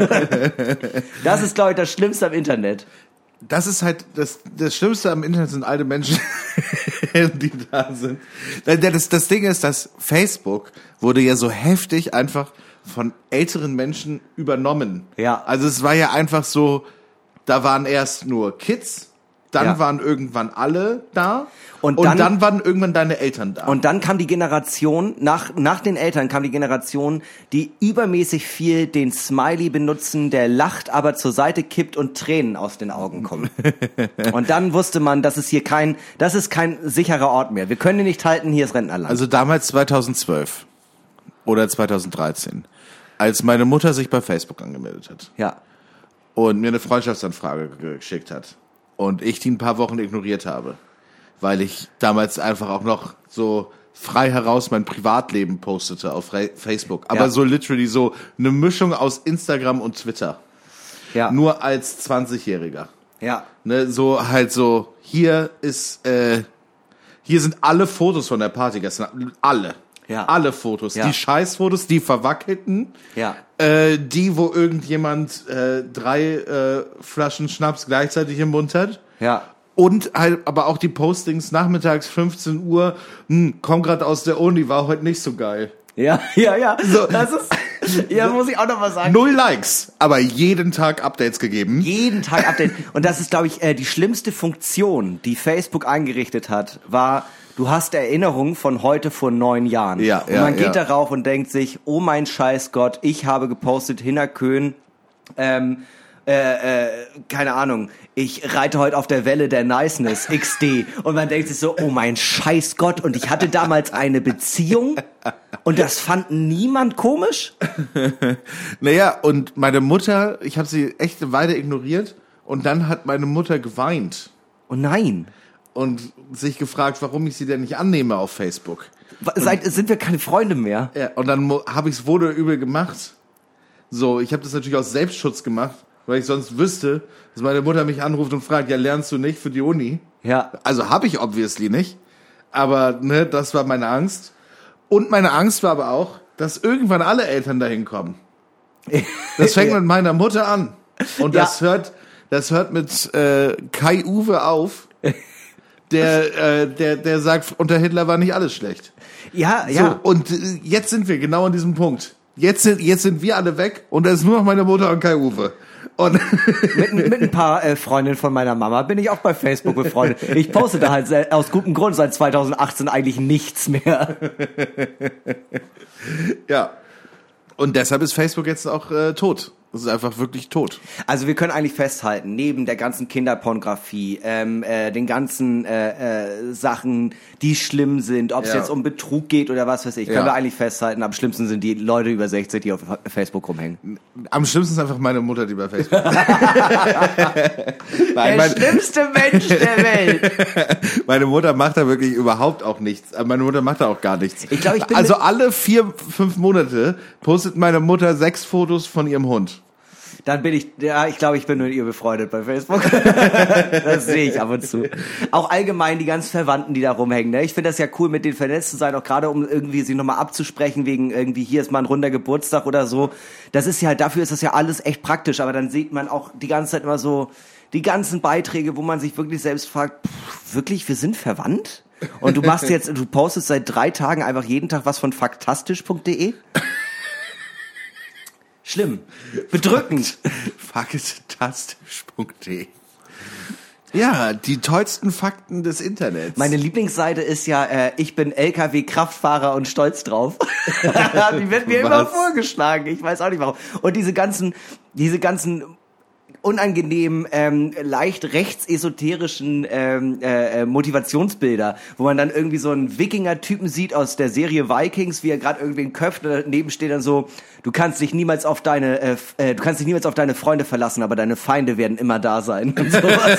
Das ist, glaube ich, das Schlimmste am Internet. Das ist halt, das, das Schlimmste am Internet sind alte Menschen, die da sind. Das, das Ding ist, dass Facebook wurde ja so heftig einfach von älteren Menschen übernommen. Ja. Also es war ja einfach so, da waren erst nur Kids, dann Ja. waren irgendwann alle da Und und dann- dann, waren irgendwann deine Eltern da. Und dann kam die Generation, nach, nach den Eltern kam die Generation, die übermäßig viel den Smiley benutzen, der lacht, aber zur Seite kippt und Tränen aus den Augen kommen. Und dann wusste man, das ist hier kein, das ist kein sicherer Ort mehr. Wir können ihn nicht halten, hier ist Rentnerland. Also damals zweitausendzwölf oder zweitausenddreizehn, als meine Mutter sich bei Facebook angemeldet hat ja. und mir eine Freundschaftsanfrage geschickt hat. und ich die ein paar Wochen ignoriert habe, weil ich damals einfach auch noch so frei heraus mein Privatleben postete auf Facebook. Aber ja. so literally so eine Mischung aus Instagram und Twitter. Ja. Nur als zwanzigjähriger. Ja. Ne, so halt so, hier ist, äh, hier sind alle Fotos von der Party gestern. Alle. Ja. Alle Fotos. Ja. Die Scheißfotos, die verwackelten. Ja. Äh, die, wo irgendjemand äh, drei äh, Flaschen Schnaps gleichzeitig im Mund hat. Ja. Und halt, aber auch die Postings nachmittags fünfzehn Uhr, hm, komm grad aus der Uni, war heute nicht so geil. Ja, ja, ja. So. Das ist, ja, muss ich auch noch was sagen. Null Likes, aber jeden Tag Updates gegeben. Jeden Tag Update. Und das ist, glaube ich, äh, die schlimmste Funktion, die Facebook eingerichtet hat, war, du hast Erinnerungen von heute vor neun Jahren. Ja, und ja, man geht ja. darauf und denkt sich, oh mein scheiß Gott, ich habe gepostet, Hinnerkön, ähm, äh, äh, keine Ahnung, ich reite heute auf der Welle der Niceness, X D. Und man denkt sich so, oh mein scheiß Gott, und ich hatte damals eine Beziehung und das fand niemand komisch? Naja, und meine Mutter, ich habe sie echt eine Weile ignoriert und dann hat meine Mutter geweint Oh nein. und sich gefragt, warum ich sie denn nicht annehme auf Facebook. Seit, sind wir keine Freunde mehr? Ja, und dann habe ich es wohl oder übel gemacht. So, ich habe das natürlich aus Selbstschutz gemacht, weil ich sonst wüsste, dass meine Mutter mich anruft und fragt, ja, lernst du nicht für die Uni? Ja. Also habe ich obviously nicht, aber ne, das war meine Angst. Und meine Angst war aber auch, dass irgendwann alle Eltern dahin kommen. Das fängt mit meiner Mutter an. Und das Ja. hört, das hört mit äh, Kai Uwe auf, der, äh, der, der sagt, unter Hitler war nicht alles schlecht. Ja, So, ja. und äh, jetzt sind wir genau an diesem Punkt. Jetzt sind, jetzt sind wir alle weg und da ist nur noch meine Mutter und Kai Uwe. Und mit, mit ein paar äh, Freundinnen von meiner Mama bin ich auch bei Facebook befreundet. Ich poste da halt se- aus gutem Grund seit zweitausendachtzehn eigentlich nichts mehr. ja. Und deshalb ist Facebook jetzt auch äh, tot. Es ist einfach wirklich tot. Also wir können eigentlich festhalten, neben der ganzen Kinderpornografie, ähm, äh, den ganzen äh, äh, Sachen, die schlimm sind, ob es Ja. jetzt um Betrug geht oder was weiß ich, können Ja. wir eigentlich festhalten, am schlimmsten sind die Leute über sechzig, die auf Facebook rumhängen. Am schlimmsten ist einfach meine Mutter, die bei Facebook ist. Nein, Der mein, schlimmste Mensch der Welt. meine Mutter macht da wirklich überhaupt auch nichts. Meine Mutter macht da auch gar nichts. Ich glaub, ich bin also mit- alle vier, fünf Monate postet meine Mutter sechs Fotos von ihrem Hund. Dann bin ich, ja, ich glaube, ich bin mit ihr befreundet bei Facebook. Das sehe ich ab und zu. Auch allgemein die ganzen Verwandten, die da rumhängen. Ne? Ich finde das ja cool, mit denen vernetzt zu sein, auch gerade um irgendwie sich nochmal abzusprechen, wegen irgendwie, hier ist mal ein runder Geburtstag oder so. Das ist ja, halt, dafür ist das ja alles echt praktisch, aber dann sieht man auch die ganze Zeit immer so die ganzen Beiträge, wo man sich wirklich selbst fragt, pff, wirklich, wir sind verwandt? Und du machst jetzt, du postest seit drei Tagen einfach jeden Tag was von faktastisch punkt de? Schlimm. Bedrückend. Faktastisch punkt de. Ja, die tollsten Fakten des Internets. Meine Lieblingsseite ist ja, äh, ich bin L K W-Kraftfahrer und stolz drauf. Die wird mir immer Was? vorgeschlagen. Ich weiß auch nicht warum. Und diese ganzen, diese ganzen unangenehmen, ähm, leicht rechtsesoterischen ähm, äh, Motivationsbilder, wo man dann irgendwie so einen Wikinger-Typen sieht aus der Serie Vikings, wie er gerade irgendwen köpft, und daneben steht dann so, du kannst dich niemals auf deine, äh, äh, du kannst dich niemals auf deine Freunde verlassen, aber deine Feinde werden immer da sein. Und sowas.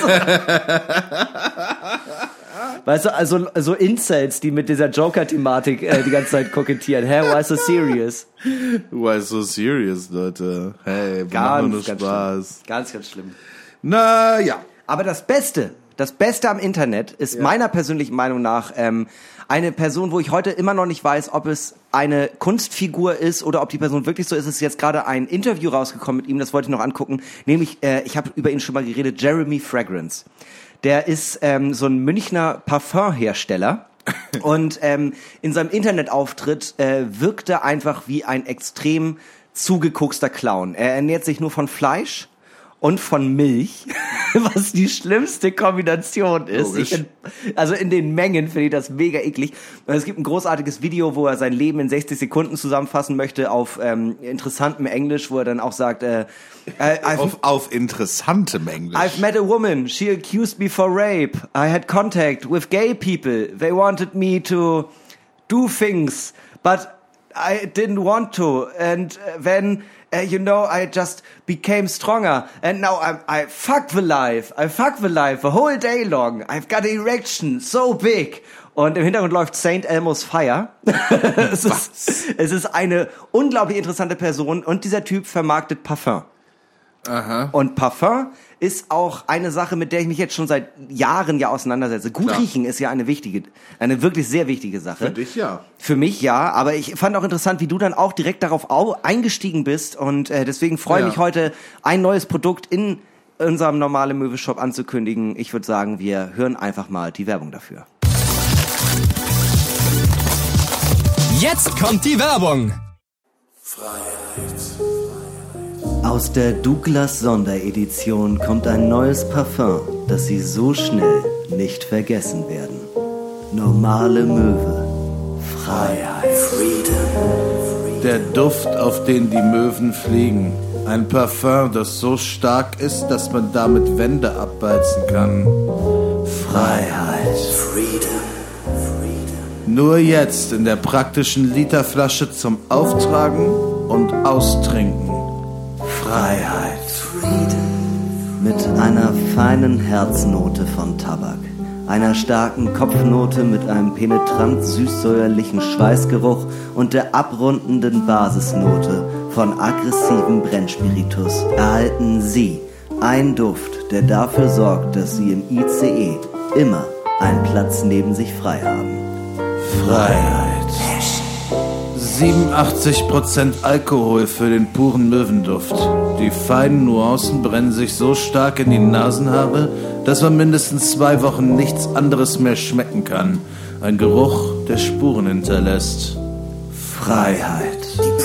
Weißt du, also so Incels, die mit dieser Joker-Thematik äh, die ganze Zeit kokettieren. Hä, why so serious? Why so serious, Leute? Hey, wir machen Ganz, nur ganz Spaß. schlimm. Ganz, ganz schlimm. Na ja. Aber das Beste, das Beste am Internet ist meiner persönlichen Meinung nach ähm, eine Person, wo ich heute immer noch nicht weiß, ob es eine Kunstfigur ist oder ob die Person wirklich so ist. Es ist jetzt gerade ein Interview rausgekommen mit ihm, das wollte ich noch angucken. Nämlich, äh, ich habe über ihn schon mal geredet, Jeremy Fragrance. Der ist ähm, so ein Münchner Parfumhersteller. Und ähm, in seinem Internetauftritt äh, wirkt er einfach wie ein extrem zugekokster Clown. Er ernährt sich nur von Fleisch und von Milch, was die schlimmste Kombination ist. Logisch. Ich find, also in den Mengen finde ich das mega eklig. Und es gibt ein großartiges Video, wo er sein Leben in sechzig Sekunden zusammenfassen möchte auf ähm, interessantem Englisch, wo er dann auch sagt, äh, äh, I've, Auf, auf interessantem Englisch. I've met a woman. She accused me for rape. I had contact with gay people. They wanted me to do things, but I didn't want to. And then uh, you know, I just became stronger and now I, I fuck the life, I fuck the life the whole day long. I've got an erection so big. Und im Hintergrund läuft Saint Elmo's Fire. es, ist, es ist eine unglaublich interessante Person und dieser Typ vermarktet Parfum. Aha. Und Parfum ist auch eine Sache, mit der ich mich jetzt schon seit Jahren ja auseinandersetze. Gut Klar. riechen ist ja eine wichtige, eine wirklich sehr wichtige Sache. Für dich ja. Für mich ja, aber ich fand auch interessant, wie du dann auch direkt darauf au- eingestiegen bist und äh, deswegen freue ich Ja. mich heute, ein neues Produkt in unserem normalen Möwe-Shop anzukündigen. Ich würde sagen, wir hören einfach mal die Werbung dafür. Jetzt kommt die Werbung. Aus der Douglas Sonderedition kommt ein neues Parfum, das Sie so schnell nicht vergessen werden. Normale Möwe. Freiheit. Freedom. Der Duft, auf den die Möwen fliegen. Ein Parfum, das so stark ist, dass man damit Wände abbeizen kann. Freiheit. Freedom. Nur jetzt in der praktischen Literflasche zum Auftragen und Austrinken. Freiheit. Freedom. Mit einer feinen Herznote von Tabak, einer starken Kopfnote mit einem penetrant süßsäuerlichen Schweißgeruch und der abrundenden Basisnote von aggressivem Brennspiritus erhalten Sie einen Duft, der dafür sorgt, dass Sie im I C E immer einen Platz neben sich frei haben. Freiheit. siebenundachtzig Prozent Alkohol für den puren Möwenduft. Die feinen Nuancen brennen sich so stark in die Nasenhaare, dass man mindestens zwei Wochen nichts anderes mehr schmecken kann. Ein Geruch, der Spuren hinterlässt. Freiheit.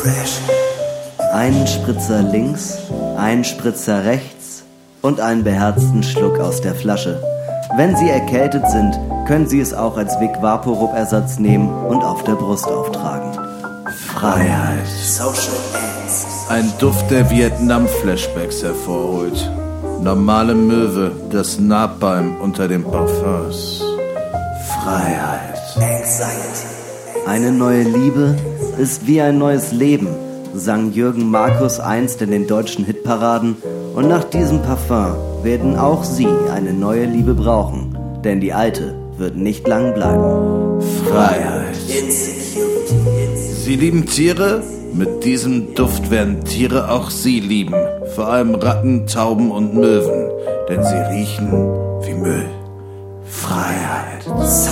Einen Spritzer links, einen Spritzer rechts und einen beherzten Schluck aus der Flasche. Wenn Sie erkältet sind, können Sie es auch als Vic Vaporub-Ersatz nehmen und auf der Brust auftragen. Freiheit. Ein Duft, der Vietnam-Flashbacks hervorholt. Normale Möwe, das Napalm unter den Parfums. Freiheit. Eine neue Liebe ist wie ein neues Leben, sang Jürgen Markus einst in den deutschen Hitparaden. Und nach diesem Parfum werden auch Sie eine neue Liebe brauchen, denn die alte wird nicht lang bleiben. Freiheit. Sie lieben Tiere? Mit diesem Duft werden Tiere auch Sie lieben. Vor allem Ratten, Tauben und Möwen. Denn sie riechen wie Müll. Freiheit.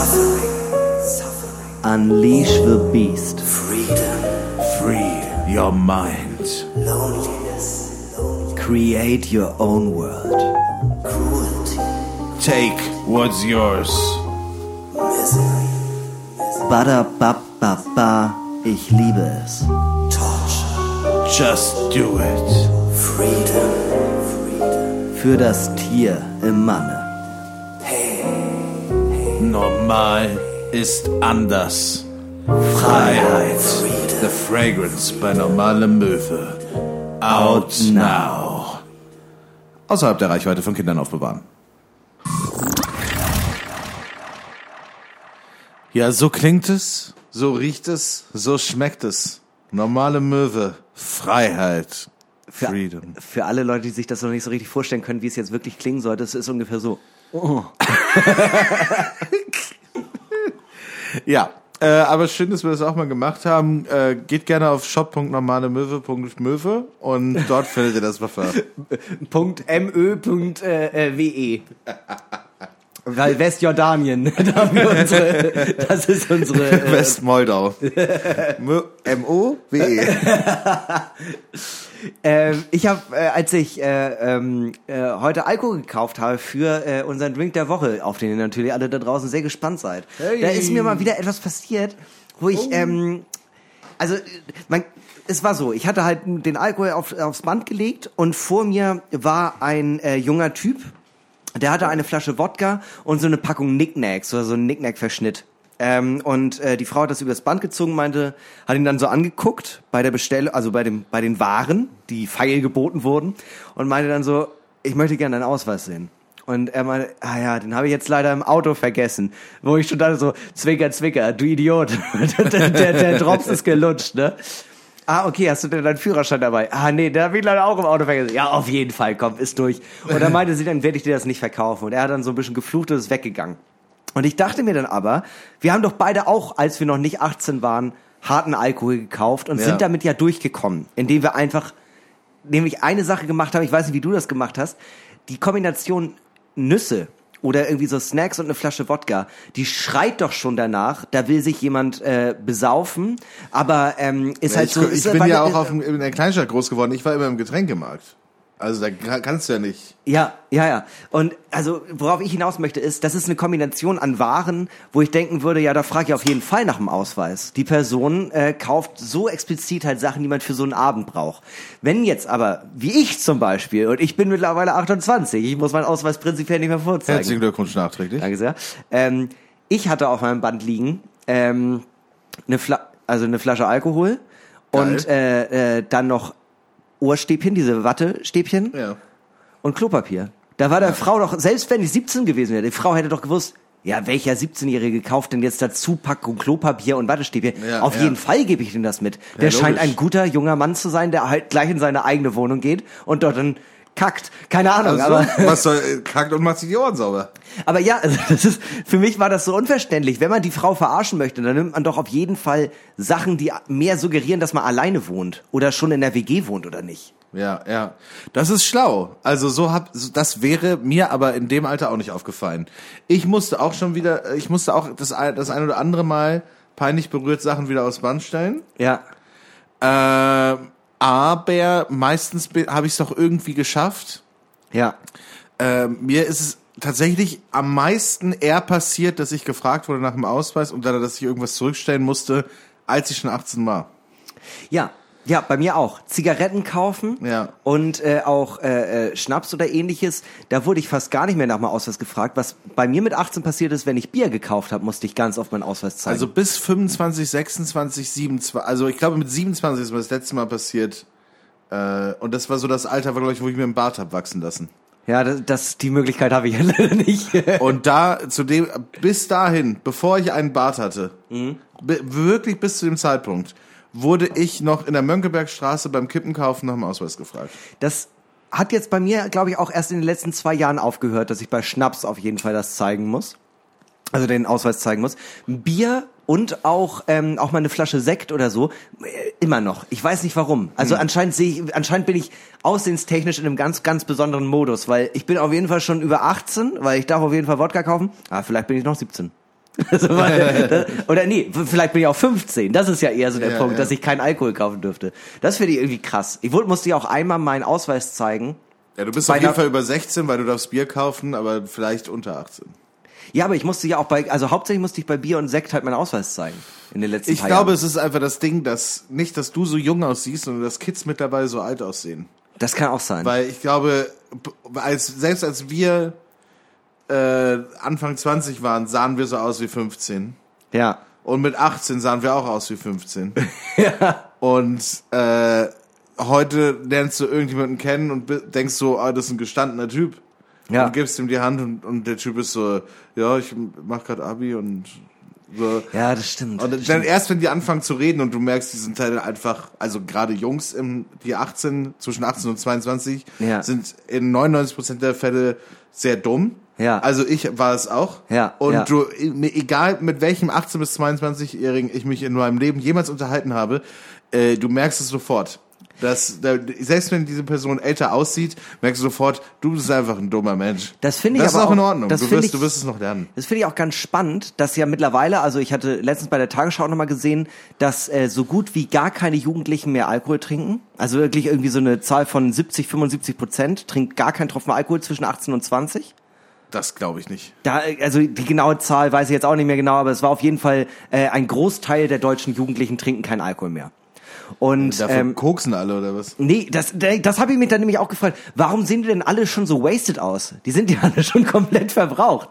Unleash the beast. Free your mind. Create your own world. Take what's yours. Badabababa, ich liebe es. Just do it. Für das Tier im Manne. Normal ist anders. Freiheit. The Fragrance bei Normale Möwe. Out now. Außerhalb der Reichweite von Kindern aufbewahren. Ja, so klingt es, so riecht es, so schmeckt es. Normale Möwe, Freiheit, Für, Freedom. für alle Leute, die sich das noch nicht so richtig vorstellen können, wie es jetzt wirklich klingen sollte, es ist ungefähr so. Oh. Ja, äh, aber schön, dass wir das auch mal gemacht haben. Äh, geht gerne auf shop punkt normale möwe punkt möwe und dort findet ihr das Parfum. Punkt M-Ö Punkt W E. Weil Westjordanien, da haben wir unsere, das ist unsere... Äh, Westmoldau. M O W E. ähm, ich habe, äh, als ich äh, ähm, äh, heute Alkohol gekauft habe für äh, unseren Drink der Woche, auf den ihr natürlich alle da draußen sehr gespannt seid, Hey. da ist mir mal wieder etwas passiert, wo ich... Ähm, also, man, es war so, ich hatte halt den Alkohol auf, aufs Band gelegt und vor mir war ein äh, junger Typ, der hatte eine Flasche Wodka und so eine Packung Knickknacks oder so ein Knickknack-Verschnitt. Ähm, und äh, die Frau hat das übers Band gezogen, meinte, hat ihn dann so angeguckt bei der Bestellung, also bei dem bei den Waren, die feil geboten wurden, und meinte dann so, ich möchte gerne deinen Ausweis sehen. Und er meinte, ah ja, den habe ich jetzt leider im Auto vergessen. Wo ich schon dachte so, Zwicker, Zwicker, du Idiot, der, der, der Drops ist gelutscht, ne? Ah, okay, hast du denn deinen Führerschein dabei? Ah, nee, da habe ich leider auch im Auto vergessen. Ja, auf jeden Fall, komm, ist durch. Und dann meinte sie, dann werde ich dir das nicht verkaufen. Und er hat dann so ein bisschen geflucht und ist weggegangen. Und ich dachte mir dann aber, wir haben doch beide auch, als wir noch nicht achtzehn waren, harten Alkohol gekauft und Ja. sind damit ja durchgekommen, indem wir einfach nämlich eine Sache gemacht haben, ich weiß nicht, wie du das gemacht hast, die Kombination Nüsse oder irgendwie so Snacks und eine Flasche Wodka, die schreit doch schon danach, da will sich jemand äh, besaufen, aber ähm, ist Ja, halt ich, so... ich ist, bin weil- ja auch auf dem, in der Kleinstadt groß geworden. Ich war immer im Getränkemarkt. Also da ka- kannst du ja nicht. Ja, ja, ja. Und also, worauf ich hinaus möchte, ist, das ist eine Kombination an Waren, wo ich denken würde, ja, da frage ich auf jeden Fall nach dem Ausweis. Die Person äh, kauft so explizit halt Sachen, die man für so einen Abend braucht. Wenn jetzt aber, wie ich zum Beispiel, und ich bin mittlerweile achtundzwanzig, ich muss meinen Ausweis prinzipiell nicht mehr vorzeigen. Herzlichen Glückwunsch nachträglich. Danke sehr. Ähm, ich hatte auf meinem Band liegen ähm, eine, Fla- also eine Flasche Alkohol Geil. und äh, äh, dann noch Ohrstäbchen, diese Wattestäbchen Ja. und Klopapier. Da war der Frau doch, selbst wenn ich siebzehn gewesen wäre, die Frau hätte doch gewusst, ja, welcher siebzehnjährige kauft denn jetzt dazu Packung Klopapier und Wattestäbchen? Ja, Auf ja. jeden Fall gebe ich ihm das mit. Der logisch. scheint ein guter junger Mann zu sein, der halt gleich in seine eigene Wohnung geht und dort dann kackt. Keine Ahnung, Also, aber... was soll, äh, kackt und macht sich die Ohren sauber. Aber ja, also das ist, für mich war das so unverständlich. Wenn man die Frau verarschen möchte, dann nimmt man doch auf jeden Fall Sachen, die mehr suggerieren, dass man alleine wohnt oder schon in der W G wohnt oder nicht. Ja, ja. Das ist schlau. Also so hab, so, das wäre mir aber in dem Alter auch nicht aufgefallen. Ich musste auch schon wieder, ich musste auch das, ein- das ein oder andere Mal peinlich berührt Sachen wieder aufs Band stellen. Ja. Ähm, aber meistens habe ich es doch irgendwie geschafft. Ja. Ähm, mir ist es tatsächlich am meisten eher passiert, dass ich gefragt wurde nach dem Ausweis und dann, dass ich irgendwas zurückstellen musste, als ich schon achtzehn war. Ja. Ja, bei mir auch. Zigaretten kaufen Ja. und äh, auch äh, äh, Schnaps oder ähnliches. Da wurde ich fast gar nicht mehr nach meinem Ausweis gefragt. Was bei mir mit achtzehn passiert ist, wenn ich Bier gekauft habe, musste ich ganz oft meinen Ausweis zeigen. Also bis fünfundzwanzig, sechsundzwanzig, siebenundzwanzig, also ich glaube mit siebenundzwanzig ist mir das letzte Mal passiert. Äh, und das war so das Alter, glaube ich, wo ich mir einen Bart hab wachsen lassen. ja, das, das die Möglichkeit habe ich ja leider nicht. Und da, zu dem, bis dahin, bevor ich einen Bart hatte, Mhm. be- wirklich bis zu dem Zeitpunkt, wurde ich noch in der Mönckebergstraße beim Kippenkaufen nach dem Ausweis gefragt. Das hat jetzt bei mir, glaube ich, auch erst in den letzten zwei Jahren aufgehört, dass ich bei Schnaps auf jeden Fall das zeigen muss. Also den Ausweis zeigen muss. Bier und auch ähm, auch mal eine Flasche Sekt oder so, äh, immer noch. Ich weiß nicht warum. Also Hm. anscheinend sehe ich, anscheinend bin ich aussehenstechnisch in einem ganz, ganz besonderen Modus, weil ich bin auf jeden Fall schon über achtzehn, weil ich darf auf jeden Fall Wodka kaufen. Ah, vielleicht bin ich noch siebzehn. Also, weil, das, oder nee, vielleicht bin ich auch fünfzehn. Das ist ja eher so der Ja, Punkt, ja. dass ich keinen Alkohol kaufen dürfte. Das finde ich irgendwie krass. Ich wollte, musste ja auch einmal meinen Ausweis zeigen. Ja, du bist Bei auf jeden der- Fall über sechzehn, weil du darfst Bier kaufen, aber vielleicht unter achtzehn. Ja, aber ich musste ja auch bei, also hauptsächlich musste ich bei Bier und Sekt halt meinen Ausweis zeigen. In den letzten Ich paar glaube, Jahren. es ist einfach das Ding, dass nicht, dass du so jung aussiehst, sondern dass Kids mittlerweile so alt aussehen. Das kann auch sein. Weil ich glaube, b- als, selbst als wir äh, Anfang zwanzig waren, sahen wir so aus wie fünfzehn. Ja. Und mit achtzehn sahen wir auch aus wie fünfzehn. Ja. Und äh, heute lernst du irgendjemanden kennen und bi- denkst so, ah, das ist ein gestandener Typ. Ja. Und gibst ihm die Hand und, und der Typ ist so, ja, ich mach grad Abi und so. Ja, das stimmt. Und Das dann stimmt. erst, wenn die anfangen zu reden und du merkst, die sind halt einfach, also gerade Jungs, im, die achtzehn, zwischen achtzehn und zweiundzwanzig, Ja. sind in neunundneunzig Prozent der Fälle sehr dumm. Ja. Also ich war es auch. Ja, Und ja. du, mir egal mit welchem achtzehn- bis zweiundzwanzig-Jährigen ich mich in meinem Leben jemals unterhalten habe, äh, du merkst es sofort. Dass, da, selbst wenn diese Person älter aussieht, merkst du sofort, du bist einfach ein dummer Mensch. Das finde ich Das aber ist auch in auch- Ordnung. das Du finde wirst, ich- du wirst es noch lernen. Das finde ich auch ganz spannend, dass ja mittlerweile, also ich hatte letztens bei der Tagesschau nochmal gesehen, dass äh, so gut wie gar keine Jugendlichen mehr Alkohol trinken. Also wirklich irgendwie so eine Zahl von siebzig, fünfundsiebzig Prozent trinkt gar keinen Tropfen Alkohol zwischen achtzehn und zwanzig. Das glaube ich nicht. Da, also die genaue Zahl weiß ich jetzt auch nicht mehr genau, aber es war auf jeden Fall äh, ein Großteil der deutschen Jugendlichen trinken keinen Alkohol mehr. Und Dafür ähm, koksen alle oder was? nee, das, das habe ich mich dann nämlich auch gefragt. Warum sehen die denn alle schon so wasted aus? Die sind ja alle schon komplett verbraucht.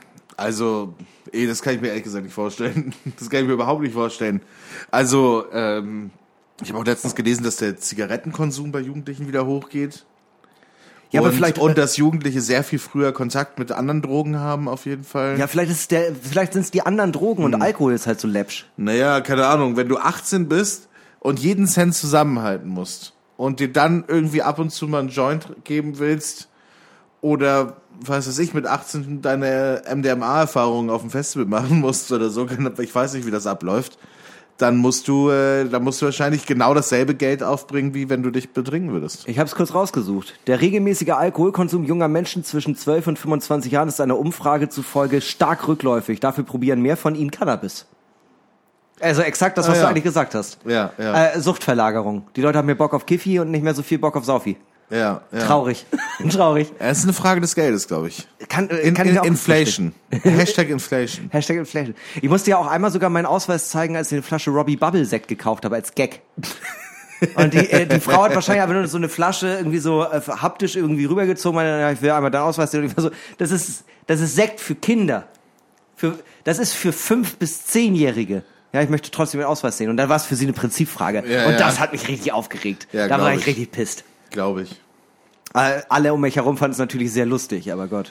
Also, eh, das kann ich mir ehrlich gesagt nicht vorstellen. Das kann ich mir überhaupt nicht vorstellen. Also, ähm, ich habe auch letztens gelesen, dass der Zigarettenkonsum bei Jugendlichen wieder hochgeht. Ja, und, aber vielleicht und dass Jugendliche sehr viel früher Kontakt mit anderen Drogen haben, auf jeden Fall. Ja, vielleicht ist der, vielleicht sind es die anderen Drogen Hm. und Alkohol ist halt so läppsch. Naja, keine Ahnung, wenn du achtzehn bist, und jeden Cent zusammenhalten musst und dir dann irgendwie ab und zu mal einen Joint geben willst oder, was weiß ich, mit achtzehn deine M D M A-Erfahrungen auf dem Festival machen musst oder so, ich weiß nicht, wie das abläuft, dann musst du, äh, dann musst du wahrscheinlich genau dasselbe Geld aufbringen, wie wenn du dich betrinken würdest. Ich habe es kurz rausgesucht. Der regelmäßige Alkoholkonsum junger Menschen zwischen zwölf und fünfundzwanzig Jahren ist einer Umfrage zufolge stark rückläufig. Dafür probieren mehr von ihnen Cannabis. Also exakt das, was ah, ja. du eigentlich gesagt hast. Ja, ja. Äh, Suchtverlagerung. Die Leute haben mehr Bock auf Kiffi und nicht mehr so viel Bock auf Saufi. Ja, ja. Traurig. Traurig. Es ist eine Frage des Geldes, glaube ich. Kann, äh, In, kann in, ich auch Inflation. Hashtag Inflation. Hashtag Inflation. Ich musste ja auch einmal sogar meinen Ausweis zeigen, als ich eine Flasche Robbie Bubble Sekt gekauft habe, als Gag. Und die, äh, die Frau hat wahrscheinlich aber nur so eine Flasche irgendwie so äh, haptisch irgendwie rübergezogen, weil ja, ich will einmal deinen Ausweis sehen. Und ich war so, das ist, das ist Sekt für Kinder. Für, das ist für fünf- bis zehnjährige. Ja, ich möchte trotzdem den Ausweis sehen. Und dann war es für sie eine Prinzipfrage. Ja, und ja. das hat mich richtig aufgeregt. Ja, da war ich ich. richtig pisst. Glaube ich. Äh, alle um mich herum fanden es natürlich sehr lustig, aber Gott.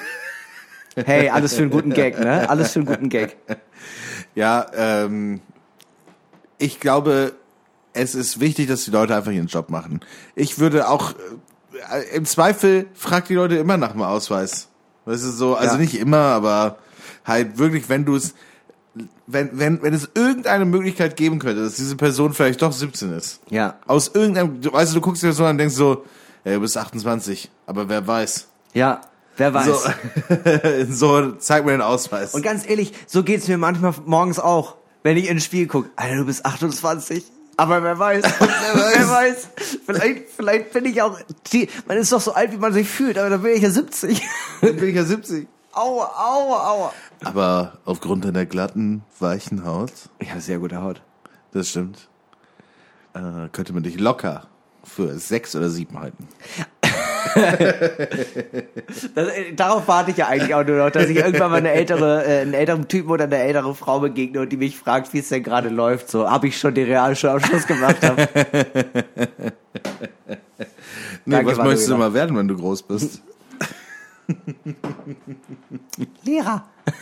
Hey, alles für einen guten Gag, ne? Alles für einen guten Gag. Ja, ähm, ich glaube, es ist wichtig, dass die Leute einfach ihren Job machen. Ich würde auch, äh, im Zweifel, frag die Leute immer nach dem Ausweis. Das ist so, also Ja. nicht immer, aber halt wirklich, wenn du es, wenn, wenn, wenn es irgendeine Möglichkeit geben könnte, dass diese Person vielleicht doch siebzehn ist. Ja. Aus irgendeinem, du, weißt du, du guckst dir das so an und denkst so, ja, du bist achtundzwanzig, aber wer weiß. Ja, wer weiß. So, so, zeig mir den Ausweis. Und ganz ehrlich, so geht's mir manchmal morgens auch, wenn ich ins Spiel gucke. Alter, du bist achtundzwanzig. Aber wer weiß, wer weiß, vielleicht, vielleicht bin ich auch, die, man ist doch so alt, wie man sich fühlt, aber dann bin ich ja siebzig. Dann bin ich ja siebzig. Aua, aua, aua. Aber aufgrund deiner glatten, weichen Haut, Ich habe sehr gute Haut. das stimmt, äh, könnte man dich locker für sechs oder sieben halten. Das, äh, darauf warte ich ja eigentlich auch nur noch, dass ich irgendwann mal eine ältere, äh, einen älteren Typen oder eine ältere Frau begegne und die mich fragt, wie es denn gerade läuft. So, ob ich schon den Realschulabschluss gemacht habe. Nee, Danke, was möchtest du Manuela. mal werden, wenn du groß bist? Lehrer,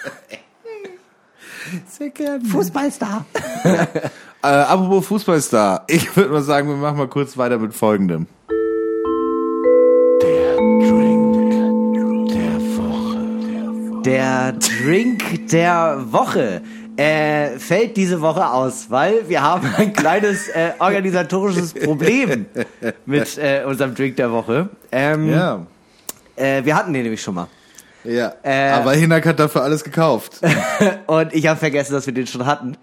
Sehr gerne. Fußballstar. Äh, apropos Fußballstar, ich würde mal sagen, wir machen mal kurz weiter mit Folgendem. Der Drink der Woche äh, fällt diese Woche aus, weil wir haben ein kleines äh, organisatorisches Problem mit äh, unserem Drink der Woche. Ähm, Ja, äh, wir hatten den nämlich schon mal. ja. Äh, Aber Hinak hat dafür alles gekauft. Und ich habe vergessen, dass wir den schon hatten.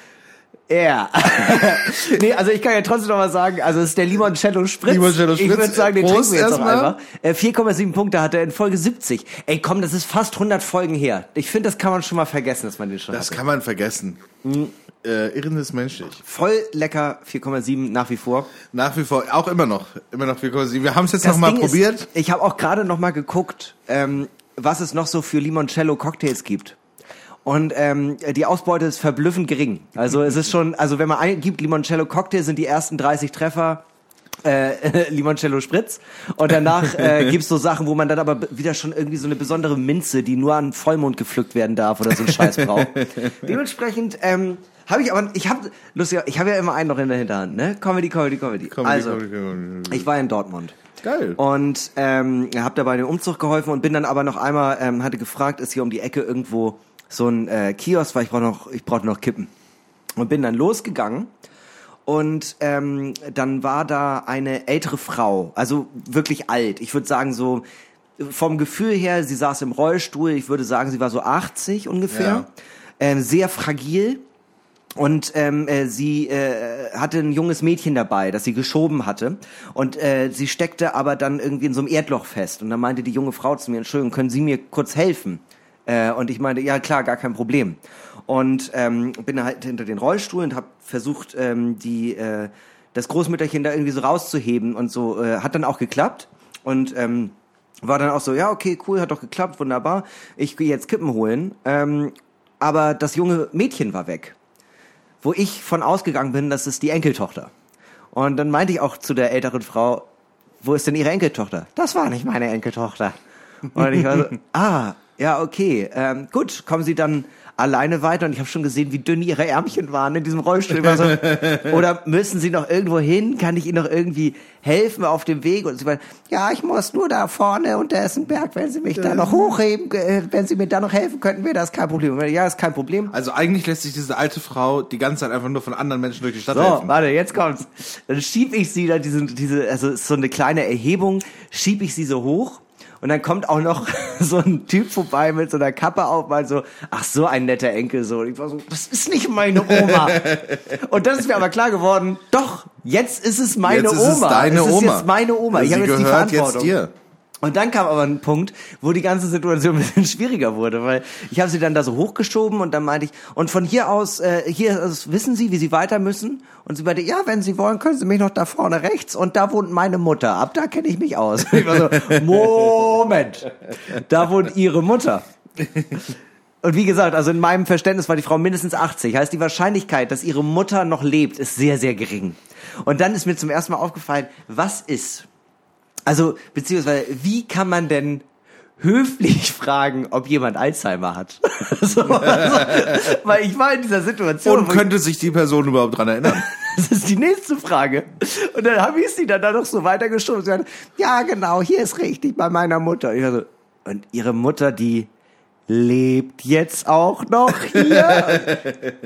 Ja. Nee, also ich kann ja trotzdem noch mal sagen, also es ist der Limoncello Spritz. Limoncello Ich Spritz. würde sagen, den Prost trinken wir jetzt noch erstmal. einfach. Äh, vier Komma sieben Punkte hat er in Folge siebzig. Ey, komm, das ist fast hundert Folgen her. Ich finde, das kann man schon mal vergessen, dass man den schon Das hatte. kann man vergessen. Äh, Irren ist menschlich. Voll lecker, vier Komma sieben nach wie vor. Nach wie vor, auch immer noch. Immer noch vier Komma sieben. Wir haben es jetzt Das noch mal Ding probiert. Ist, ich habe auch gerade noch mal geguckt, ähm, was es noch so für Limoncello Cocktails gibt. Und ähm, die Ausbeute ist verblüffend gering. Also es ist schon, also wenn man eingibt Limoncello Cocktail, sind die ersten dreißig Treffer äh, Limoncello Spritz. Und danach äh, gibt's so Sachen, wo man dann aber wieder schon irgendwie so eine besondere Minze, die nur an Vollmond gepflückt werden darf oder so ein Scheiß braucht. Dementsprechend ähm, habe ich aber, ich habe, lustig, ich habe ja immer einen noch in der Hinterhand, ne? Comedy, Comedy, Comedy. Comedy, also, Comedy, Comedy. ich war in Dortmund. Geil. Und ähm, habe dabei den Umzug geholfen und bin dann aber noch einmal, ähm, hatte gefragt, ist hier um die Ecke irgendwo so ein äh, Kiosk, weil ich brauche noch, ich brauchte noch Kippen. Und bin dann losgegangen und ähm, dann war da eine ältere Frau, also wirklich alt. Ich würde sagen so, vom Gefühl her, sie saß im Rollstuhl, ich würde sagen, sie war so achtzig ungefähr. Ja. Ähm, sehr fragil. Und ähm, äh, sie äh, hatte ein junges Mädchen dabei, das sie geschoben hatte. Und äh, sie steckte aber dann irgendwie in so einem Erdloch fest. Und dann meinte die junge Frau zu mir, Entschuldigung, können Sie mir kurz helfen? Äh, und ich meinte, ja klar, gar kein Problem. Und ähm, bin halt hinter den Rollstuhl und habe versucht, ähm, die äh, das Großmütterchen da irgendwie so rauszuheben. Und so äh, hat dann auch geklappt. Und ähm, war dann auch so, ja okay, cool, hat doch geklappt, wunderbar. Ich gehe jetzt Kippen holen. Ähm, aber das junge Mädchen war weg. Wo ich von ausgegangen bin, das ist die Enkeltochter. Und dann meinte ich auch zu der älteren Frau, wo ist denn ihre Enkeltochter? Das war nicht meine Enkeltochter. Und ich war so, ah, ja, okay. Ähm, gut, kommen Sie dann alleine weiter und ich habe schon gesehen, wie dünn Ihre Ärmchen waren in diesem Rollstuhl. Immer so, oder müssen Sie noch irgendwo hin? Kann ich Ihnen noch irgendwie helfen auf dem Weg? Und Sie meinen, ja, ich muss nur da vorne und da ist ein Berg. Wenn Sie mich da noch hochheben, äh, wenn Sie mir da noch helfen könnten, wäre das kein Problem. Ja, ist kein Problem. Also eigentlich lässt sich diese alte Frau die ganze Zeit einfach nur von anderen Menschen durch die Stadt So, helfen. warte, jetzt kommt's. Dann schieb ich sie da, diese, diese, also ist so eine kleine Erhebung, schieb ich sie so hoch. Und dann kommt auch noch so ein Typ vorbei mit so einer Kappe auf, mal so, ach, so ein netter Enkel, so. Und ich war so, das ist nicht meine Oma. Und das ist mir aber klar geworden, doch, jetzt ist es meine jetzt ist Oma. Es, deine es ist Oma. jetzt meine Oma. Ja, ich habe sie jetzt die gehört Verantwortung. Jetzt dir. Und dann kam aber ein Punkt, wo die ganze Situation ein bisschen schwieriger wurde, weil ich habe sie dann da so hochgeschoben und dann meinte ich, und von hier aus, äh, hier also wissen Sie, wie Sie weiter müssen? Und sie meinte, ja, wenn Sie wollen, können Sie mich noch da vorne rechts und da wohnt meine Mutter. Ab da kenne ich mich aus. Ich war so, Moment, da wohnt Ihre Mutter. Und wie gesagt, also in meinem Verständnis war die Frau mindestens achtzig. Heißt, die Wahrscheinlichkeit, dass ihre Mutter noch lebt, ist sehr, sehr gering. Und dann ist mir zum ersten Mal aufgefallen, was ist... Also, beziehungsweise, wie kann man denn höflich fragen, ob jemand Alzheimer hat? so, also, weil ich war in dieser Situation. Und könnte sich die Person überhaupt dran erinnern? Das ist die nächste Frage. Und dann habe ich sie dann da noch so weitergeschoben. Sie hat, ja, genau, hier ist richtig bei meiner Mutter. Ich war so, und ihre Mutter, die lebt jetzt auch noch hier?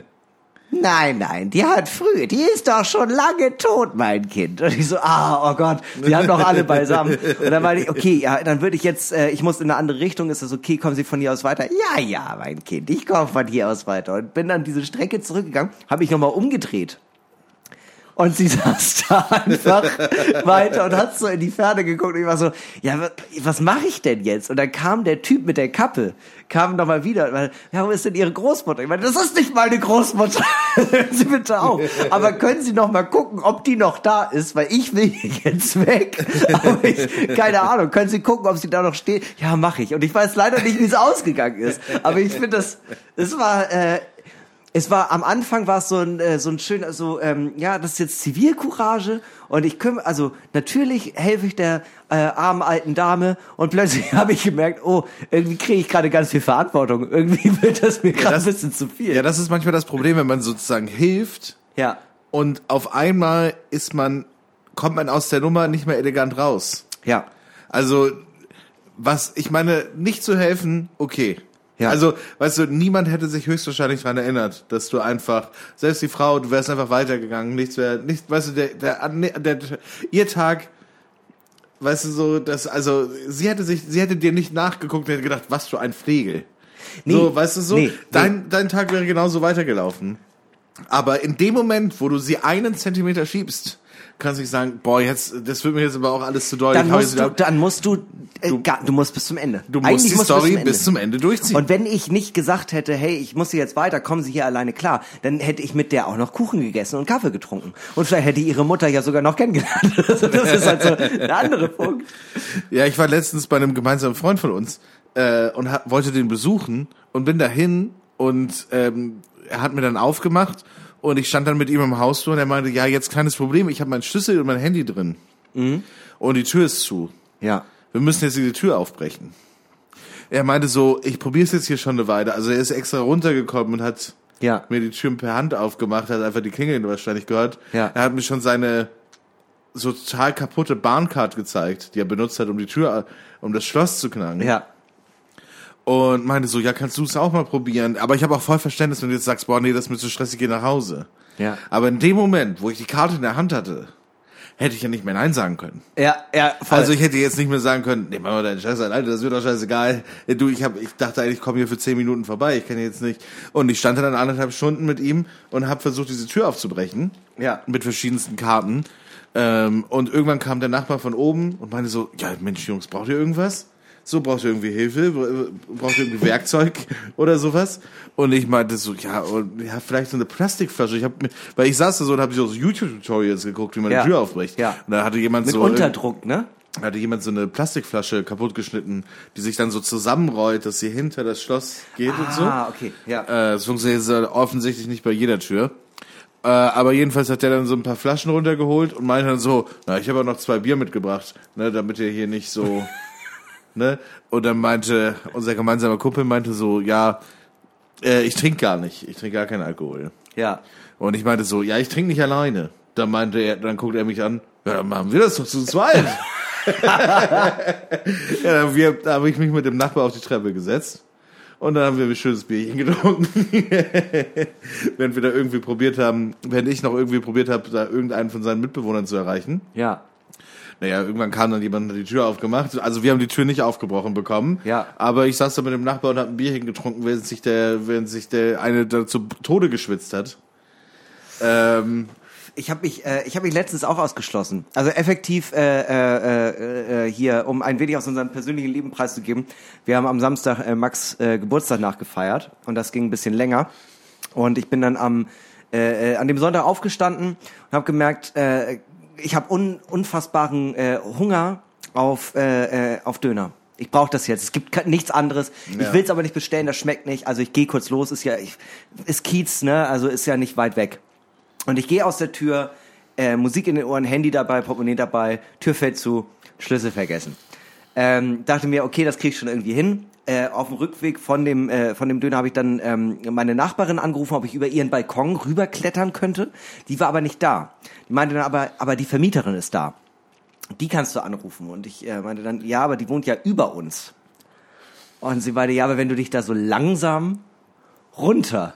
Nein, nein, die hat früh, die ist doch schon lange tot, mein Kind. Und ich so, ah, oh Gott, die haben doch alle beisammen. Und dann meinte ich, okay, ja, dann würde ich jetzt, äh, ich muss in eine andere Richtung, ist das okay, kommen Sie von hier aus weiter? Ja, ja, mein Kind, ich komme von hier aus weiter. Und bin dann diese Strecke zurückgegangen, habe mich nochmal umgedreht. Und sie saß da einfach weiter und hat so in die Ferne geguckt und ich war so, ja, was, was mache ich denn jetzt? Und dann kam der Typ mit der Kappe, kam nochmal wieder, weil, ja, wo ist denn Ihre Großmutter? Ich meine, das ist nicht meine Großmutter. Hören Sie bitte auf. Aber können Sie noch mal gucken, ob die noch da ist, weil ich will hier jetzt weg. Aber ich, keine Ahnung, können Sie gucken, ob sie da noch steht? Ja, mache ich. Und ich weiß leider nicht, wie es ausgegangen ist. Aber ich finde, das, es war, äh, Es war am Anfang war es so ein äh, so ein schöner so ähm, ja, das ist jetzt Zivilcourage und ich kümmere, also natürlich helfe ich der äh, armen alten Dame und plötzlich habe ich gemerkt, oh, irgendwie kriege ich gerade ganz viel Verantwortung, irgendwie wird das mir gerade ja, ein bisschen zu viel. Ja, das ist manchmal das Problem, wenn man sozusagen hilft. Ja. Und auf einmal ist man kommt man aus der Nummer nicht mehr elegant raus. Ja. Also was ich meine, nicht zu helfen, okay. Ja. Also, weißt du, niemand hätte sich höchstwahrscheinlich daran erinnert, dass du einfach, selbst die Frau, du wärst einfach weitergegangen, nichts wäre, nicht, weißt du, der, der, der, der, ihr Tag, weißt du, so, dass, also, sie hätte sich, sie hätte dir nicht nachgeguckt und hätte gedacht, was für ein Flegel. Nee, so, weißt du, so, nee, dein, nee. dein Tag wäre genauso weitergelaufen. Aber in dem Moment, wo du sie einen Zentimeter schiebst, kannst du nicht sagen, boah, jetzt, das wird mir jetzt aber auch alles zu doll. Dann musst du, dann musst du, äh, Du- gar, du musst bis zum Ende. Du musst Eigentlich die musst du Story bis zum Ende. bis zum Ende durchziehen. Und wenn ich nicht gesagt hätte, hey, ich muss hier jetzt weiter, kommen Sie hier alleine klar, dann hätte ich mit der auch noch Kuchen gegessen und Kaffee getrunken. Und vielleicht hätte ihre Mutter ja sogar noch kennengelernt. Also das ist halt so ein anderer Punkt. Ja, ich war letztens bei einem gemeinsamen Freund von uns äh, und ha- wollte den besuchen und bin dahin und ähm, er hat mir dann aufgemacht und ich stand dann mit ihm im Hausflur und er meinte, ja, jetzt kleines Problem, ich habe meinen Schlüssel und mein Handy drin Mhm. und die Tür ist zu. Ja. Wir müssen jetzt diese Tür aufbrechen. Er meinte so, ich probiere es jetzt hier schon eine Weile. Also er ist extra runtergekommen und hat Ja. mir die Tür per Hand aufgemacht, hat einfach die Klingel wahrscheinlich gehört. Ja. Er hat mir schon seine so total kaputte Bahncard gezeigt, die er benutzt hat, um die Tür, um das Schloss zu knacken. Ja. Und meinte so, ja, kannst du es auch mal probieren? Aber ich habe auch voll Verständnis, wenn du jetzt sagst, boah, nee, das ist mir zu stressig, geh nach Hause. Ja. Aber in dem Moment, wo ich die Karte in der Hand hatte, hätte ich ja nicht mehr Nein sagen können. Ja, ja, voll. Also ich hätte jetzt nicht mehr sagen können, nee, mach mal deinen Scheiß an, Alter, das wird doch scheißegal. Du, ich hab, ich dachte eigentlich, ich komme hier für zehn Minuten vorbei, ich kann jetzt nicht. Und ich stand dann anderthalb Stunden mit ihm und habe versucht, diese Tür aufzubrechen. Ja. Mit verschiedensten Karten. Ähm, und irgendwann kam der Nachbar von oben und meinte so, ja, Mensch, Jungs, braucht ihr irgendwas? So, braucht ihr irgendwie Hilfe? Braucht ihr irgendwie Werkzeug oder sowas? Und ich meinte so, ja, und, ja, vielleicht so eine Plastikflasche. Ich hab, mir- weil ich saß da so und habe so YouTube-Tutorials geguckt, wie man Ja. die Tür aufbricht. Ja. Und da hatte jemand Mit so Unterdruck, ne? hatte jemand so eine Plastikflasche kaputtgeschnitten, die sich dann so zusammenrollt, dass sie hinter das Schloss geht und so. Ah, okay, ja. Äh, das funktioniert so offensichtlich nicht bei jeder Tür. Äh, aber jedenfalls hat der dann so ein paar Flaschen runtergeholt und meinte dann so, na, ich habe auch noch zwei Bier mitgebracht, ne, damit ihr hier nicht so, Ne? Und dann meinte, unser gemeinsamer Kumpel meinte so, ja, äh, ich trinke gar nicht, ich trinke gar keinen Alkohol. Ja. Und ich meinte so, ja, ich trinke nicht alleine. Dann meinte er, dann guckt er mich an, ja, dann machen wir das doch zu zweit. Ja, wir, da habe ich mich mit dem Nachbar auf die Treppe gesetzt. Und dann haben wir ein schönes Bierchen getrunken. Während wir da irgendwie probiert haben, während ich noch irgendwie probiert habe, da irgendeinen von seinen Mitbewohnern zu erreichen. Ja. Naja, irgendwann kam dann jemand und hat die Tür aufgemacht. Also wir haben die Tür nicht aufgebrochen bekommen. Ja. Aber ich saß da mit dem Nachbar und habe ein Bierchen getrunken, während sich der, während sich der eine da zu Tode geschwitzt hat. Ähm, Ich habe mich, äh, ich habe mich letztens auch ausgeschlossen. Also effektiv äh, äh, äh, hier, um ein wenig aus unserem persönlichen Leben preiszugeben. Wir haben am Samstag äh, Max äh, Geburtstag nachgefeiert und das ging ein bisschen länger. Und ich bin dann am äh, an dem Sonntag aufgestanden und habe gemerkt, äh, ich habe un, unfassbaren äh, Hunger auf äh, äh, auf Döner. Ich brauche das jetzt. Es gibt nichts anderes. Ja. Ich will es aber nicht bestellen. Das schmeckt nicht. Also ich gehe kurz los. Ist ja, ich, ist Kiez, ne? Also ist ja nicht weit weg. Und ich gehe aus der Tür, äh, Musik in den Ohren, Handy dabei, Portemonnaie dabei, Tür fällt zu, Schlüssel vergessen. Ähm, dachte mir, okay, das krieg ich schon irgendwie hin. Äh, auf dem Rückweg von dem äh, von dem Döner habe ich dann ähm, meine Nachbarin angerufen, ob ich über ihren Balkon rüberklettern könnte. Die war aber nicht da. Die meinte dann aber, aber die Vermieterin ist da. Die kannst du anrufen. Und ich äh, meinte dann, ja, aber die wohnt ja über uns. Und sie meinte, ja, aber wenn du dich da so langsam runter...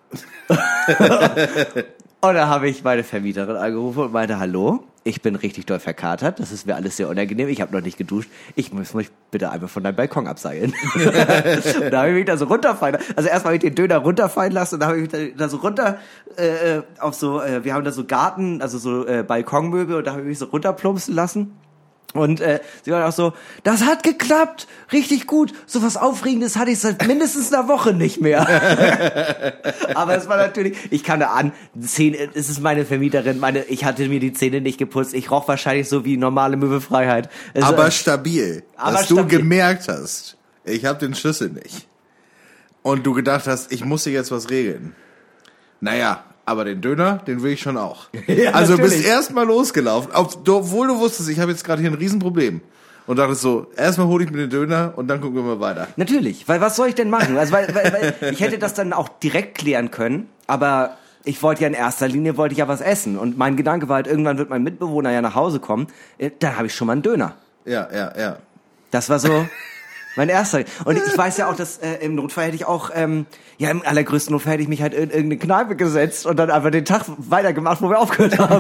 Und da habe ich meine Vermieterin angerufen und meinte, hallo, ich bin richtig doll verkatert, das ist mir alles sehr unangenehm, ich habe noch nicht geduscht, ich muss mich bitte einfach von deinem Balkon abseilen. Und da habe ich mich da so runterfallen, also erstmal habe ich den Döner runterfallen lassen und da habe ich mich da, da so runter, äh, auf so, äh, wir haben da so Garten, also so äh, Balkonmöbel und da habe ich mich so runterplumpsen lassen. Und äh, sie war auch so, das hat geklappt, richtig gut. So was Aufregendes hatte ich seit mindestens einer Woche nicht mehr. Aber es war natürlich, ich kann da an, Zähne, es ist meine Vermieterin, meine, ich hatte mir die Zähne nicht geputzt, ich roch wahrscheinlich so wie normale Möbelfreiheit. Es, aber äh, stabil, aber dass stabil. du gemerkt hast, ich habe den Schlüssel nicht. Und du gedacht hast, ich muss hier jetzt was regeln. Naja, aber den Döner, den will ich schon auch. Ja, also natürlich. bist erstmal losgelaufen, obwohl du wusstest, ich habe jetzt gerade hier ein Riesenproblem. Und dachtest so, erstmal hole ich mir den Döner und dann gucken wir mal weiter. Natürlich, weil was soll ich denn machen? Also weil, weil, weil ich hätte das dann auch direkt klären können, aber ich wollte ja in erster Linie wollte ich ja was essen und mein Gedanke war halt, irgendwann wird mein Mitbewohner ja nach Hause kommen, dann habe ich schon mal einen Döner. Ja, ja, ja. Das war so mein erster. Und ich weiß ja auch, dass äh, im Notfall hätte ich auch, ähm, ja im allergrößten Notfall hätte ich mich halt in irgendeine Kneipe gesetzt und dann einfach den Tag weitergemacht, wo wir aufgehört haben.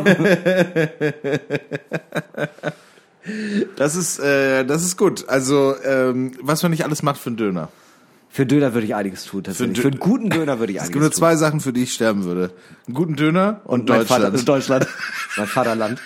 Das ist, äh, das ist gut. Also, ähm, was man nicht alles macht für einen Döner. Für Döner würde ich einiges tun, tatsächlich. Für, für einen guten Döner würde ich es einiges gibt nur tun. zwei Sachen, für die ich sterben würde. Einen guten Döner und, Und mein Deutschland. Vater, Deutschland. Mein Vaterland.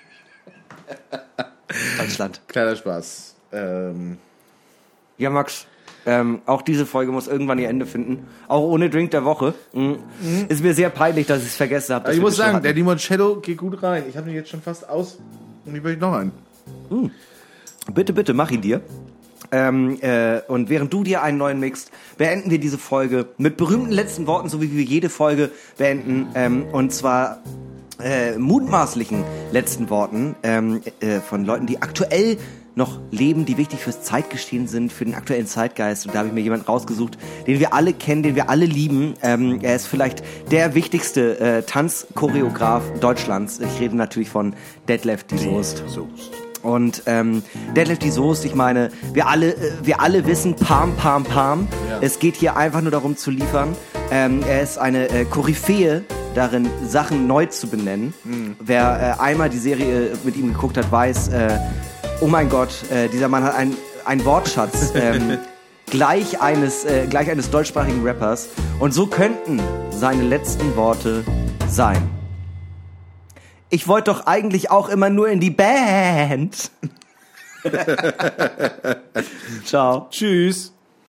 Deutschland. Kleiner Spaß. Ähm, Ja, Max, ähm, auch diese Folge muss irgendwann ihr Ende finden. Auch ohne Drink der Woche. Mhm. Ist mir sehr peinlich, dass ich es vergessen habe. ich muss sagen, der Limoncello geht gut rein. Ich habe ihn jetzt schon fast aus. Und ich möchte noch einen. Mhm. Bitte, bitte, mach ihn dir. Ähm, äh, und während du dir einen neuen mixt, beenden wir diese Folge mit berühmten letzten Worten, so wie wir jede Folge beenden. Ähm, und zwar äh, mutmaßlichen letzten Worten ähm, äh, von Leuten, die aktuell noch leben, die wichtig fürs Zeitgeschehen sind, für den aktuellen Zeitgeist. Und da habe ich mir jemanden rausgesucht, den wir alle kennen, den wir alle lieben. Ähm, er ist vielleicht der wichtigste äh, Tanzchoreograf Deutschlands. Ich rede natürlich von Detlef die Soest. Und ähm, Detlef die Soest, ich meine, wir alle, äh, wir alle wissen, Pam, Pam, Pam. Ja. Es geht hier einfach nur darum zu liefern. Ähm, er ist eine äh, Koryphäe darin, Sachen neu zu benennen. Mhm. Wer äh, einmal die Serie mit ihm geguckt hat, weiß, äh, oh mein Gott, äh, dieser Mann hat einen, einen Wortschatz ähm, gleich eines äh, gleich eines deutschsprachigen Rappers. Und so könnten seine letzten Worte sein. Ich wollte doch eigentlich auch immer nur in die Band. Ciao. Tschüss.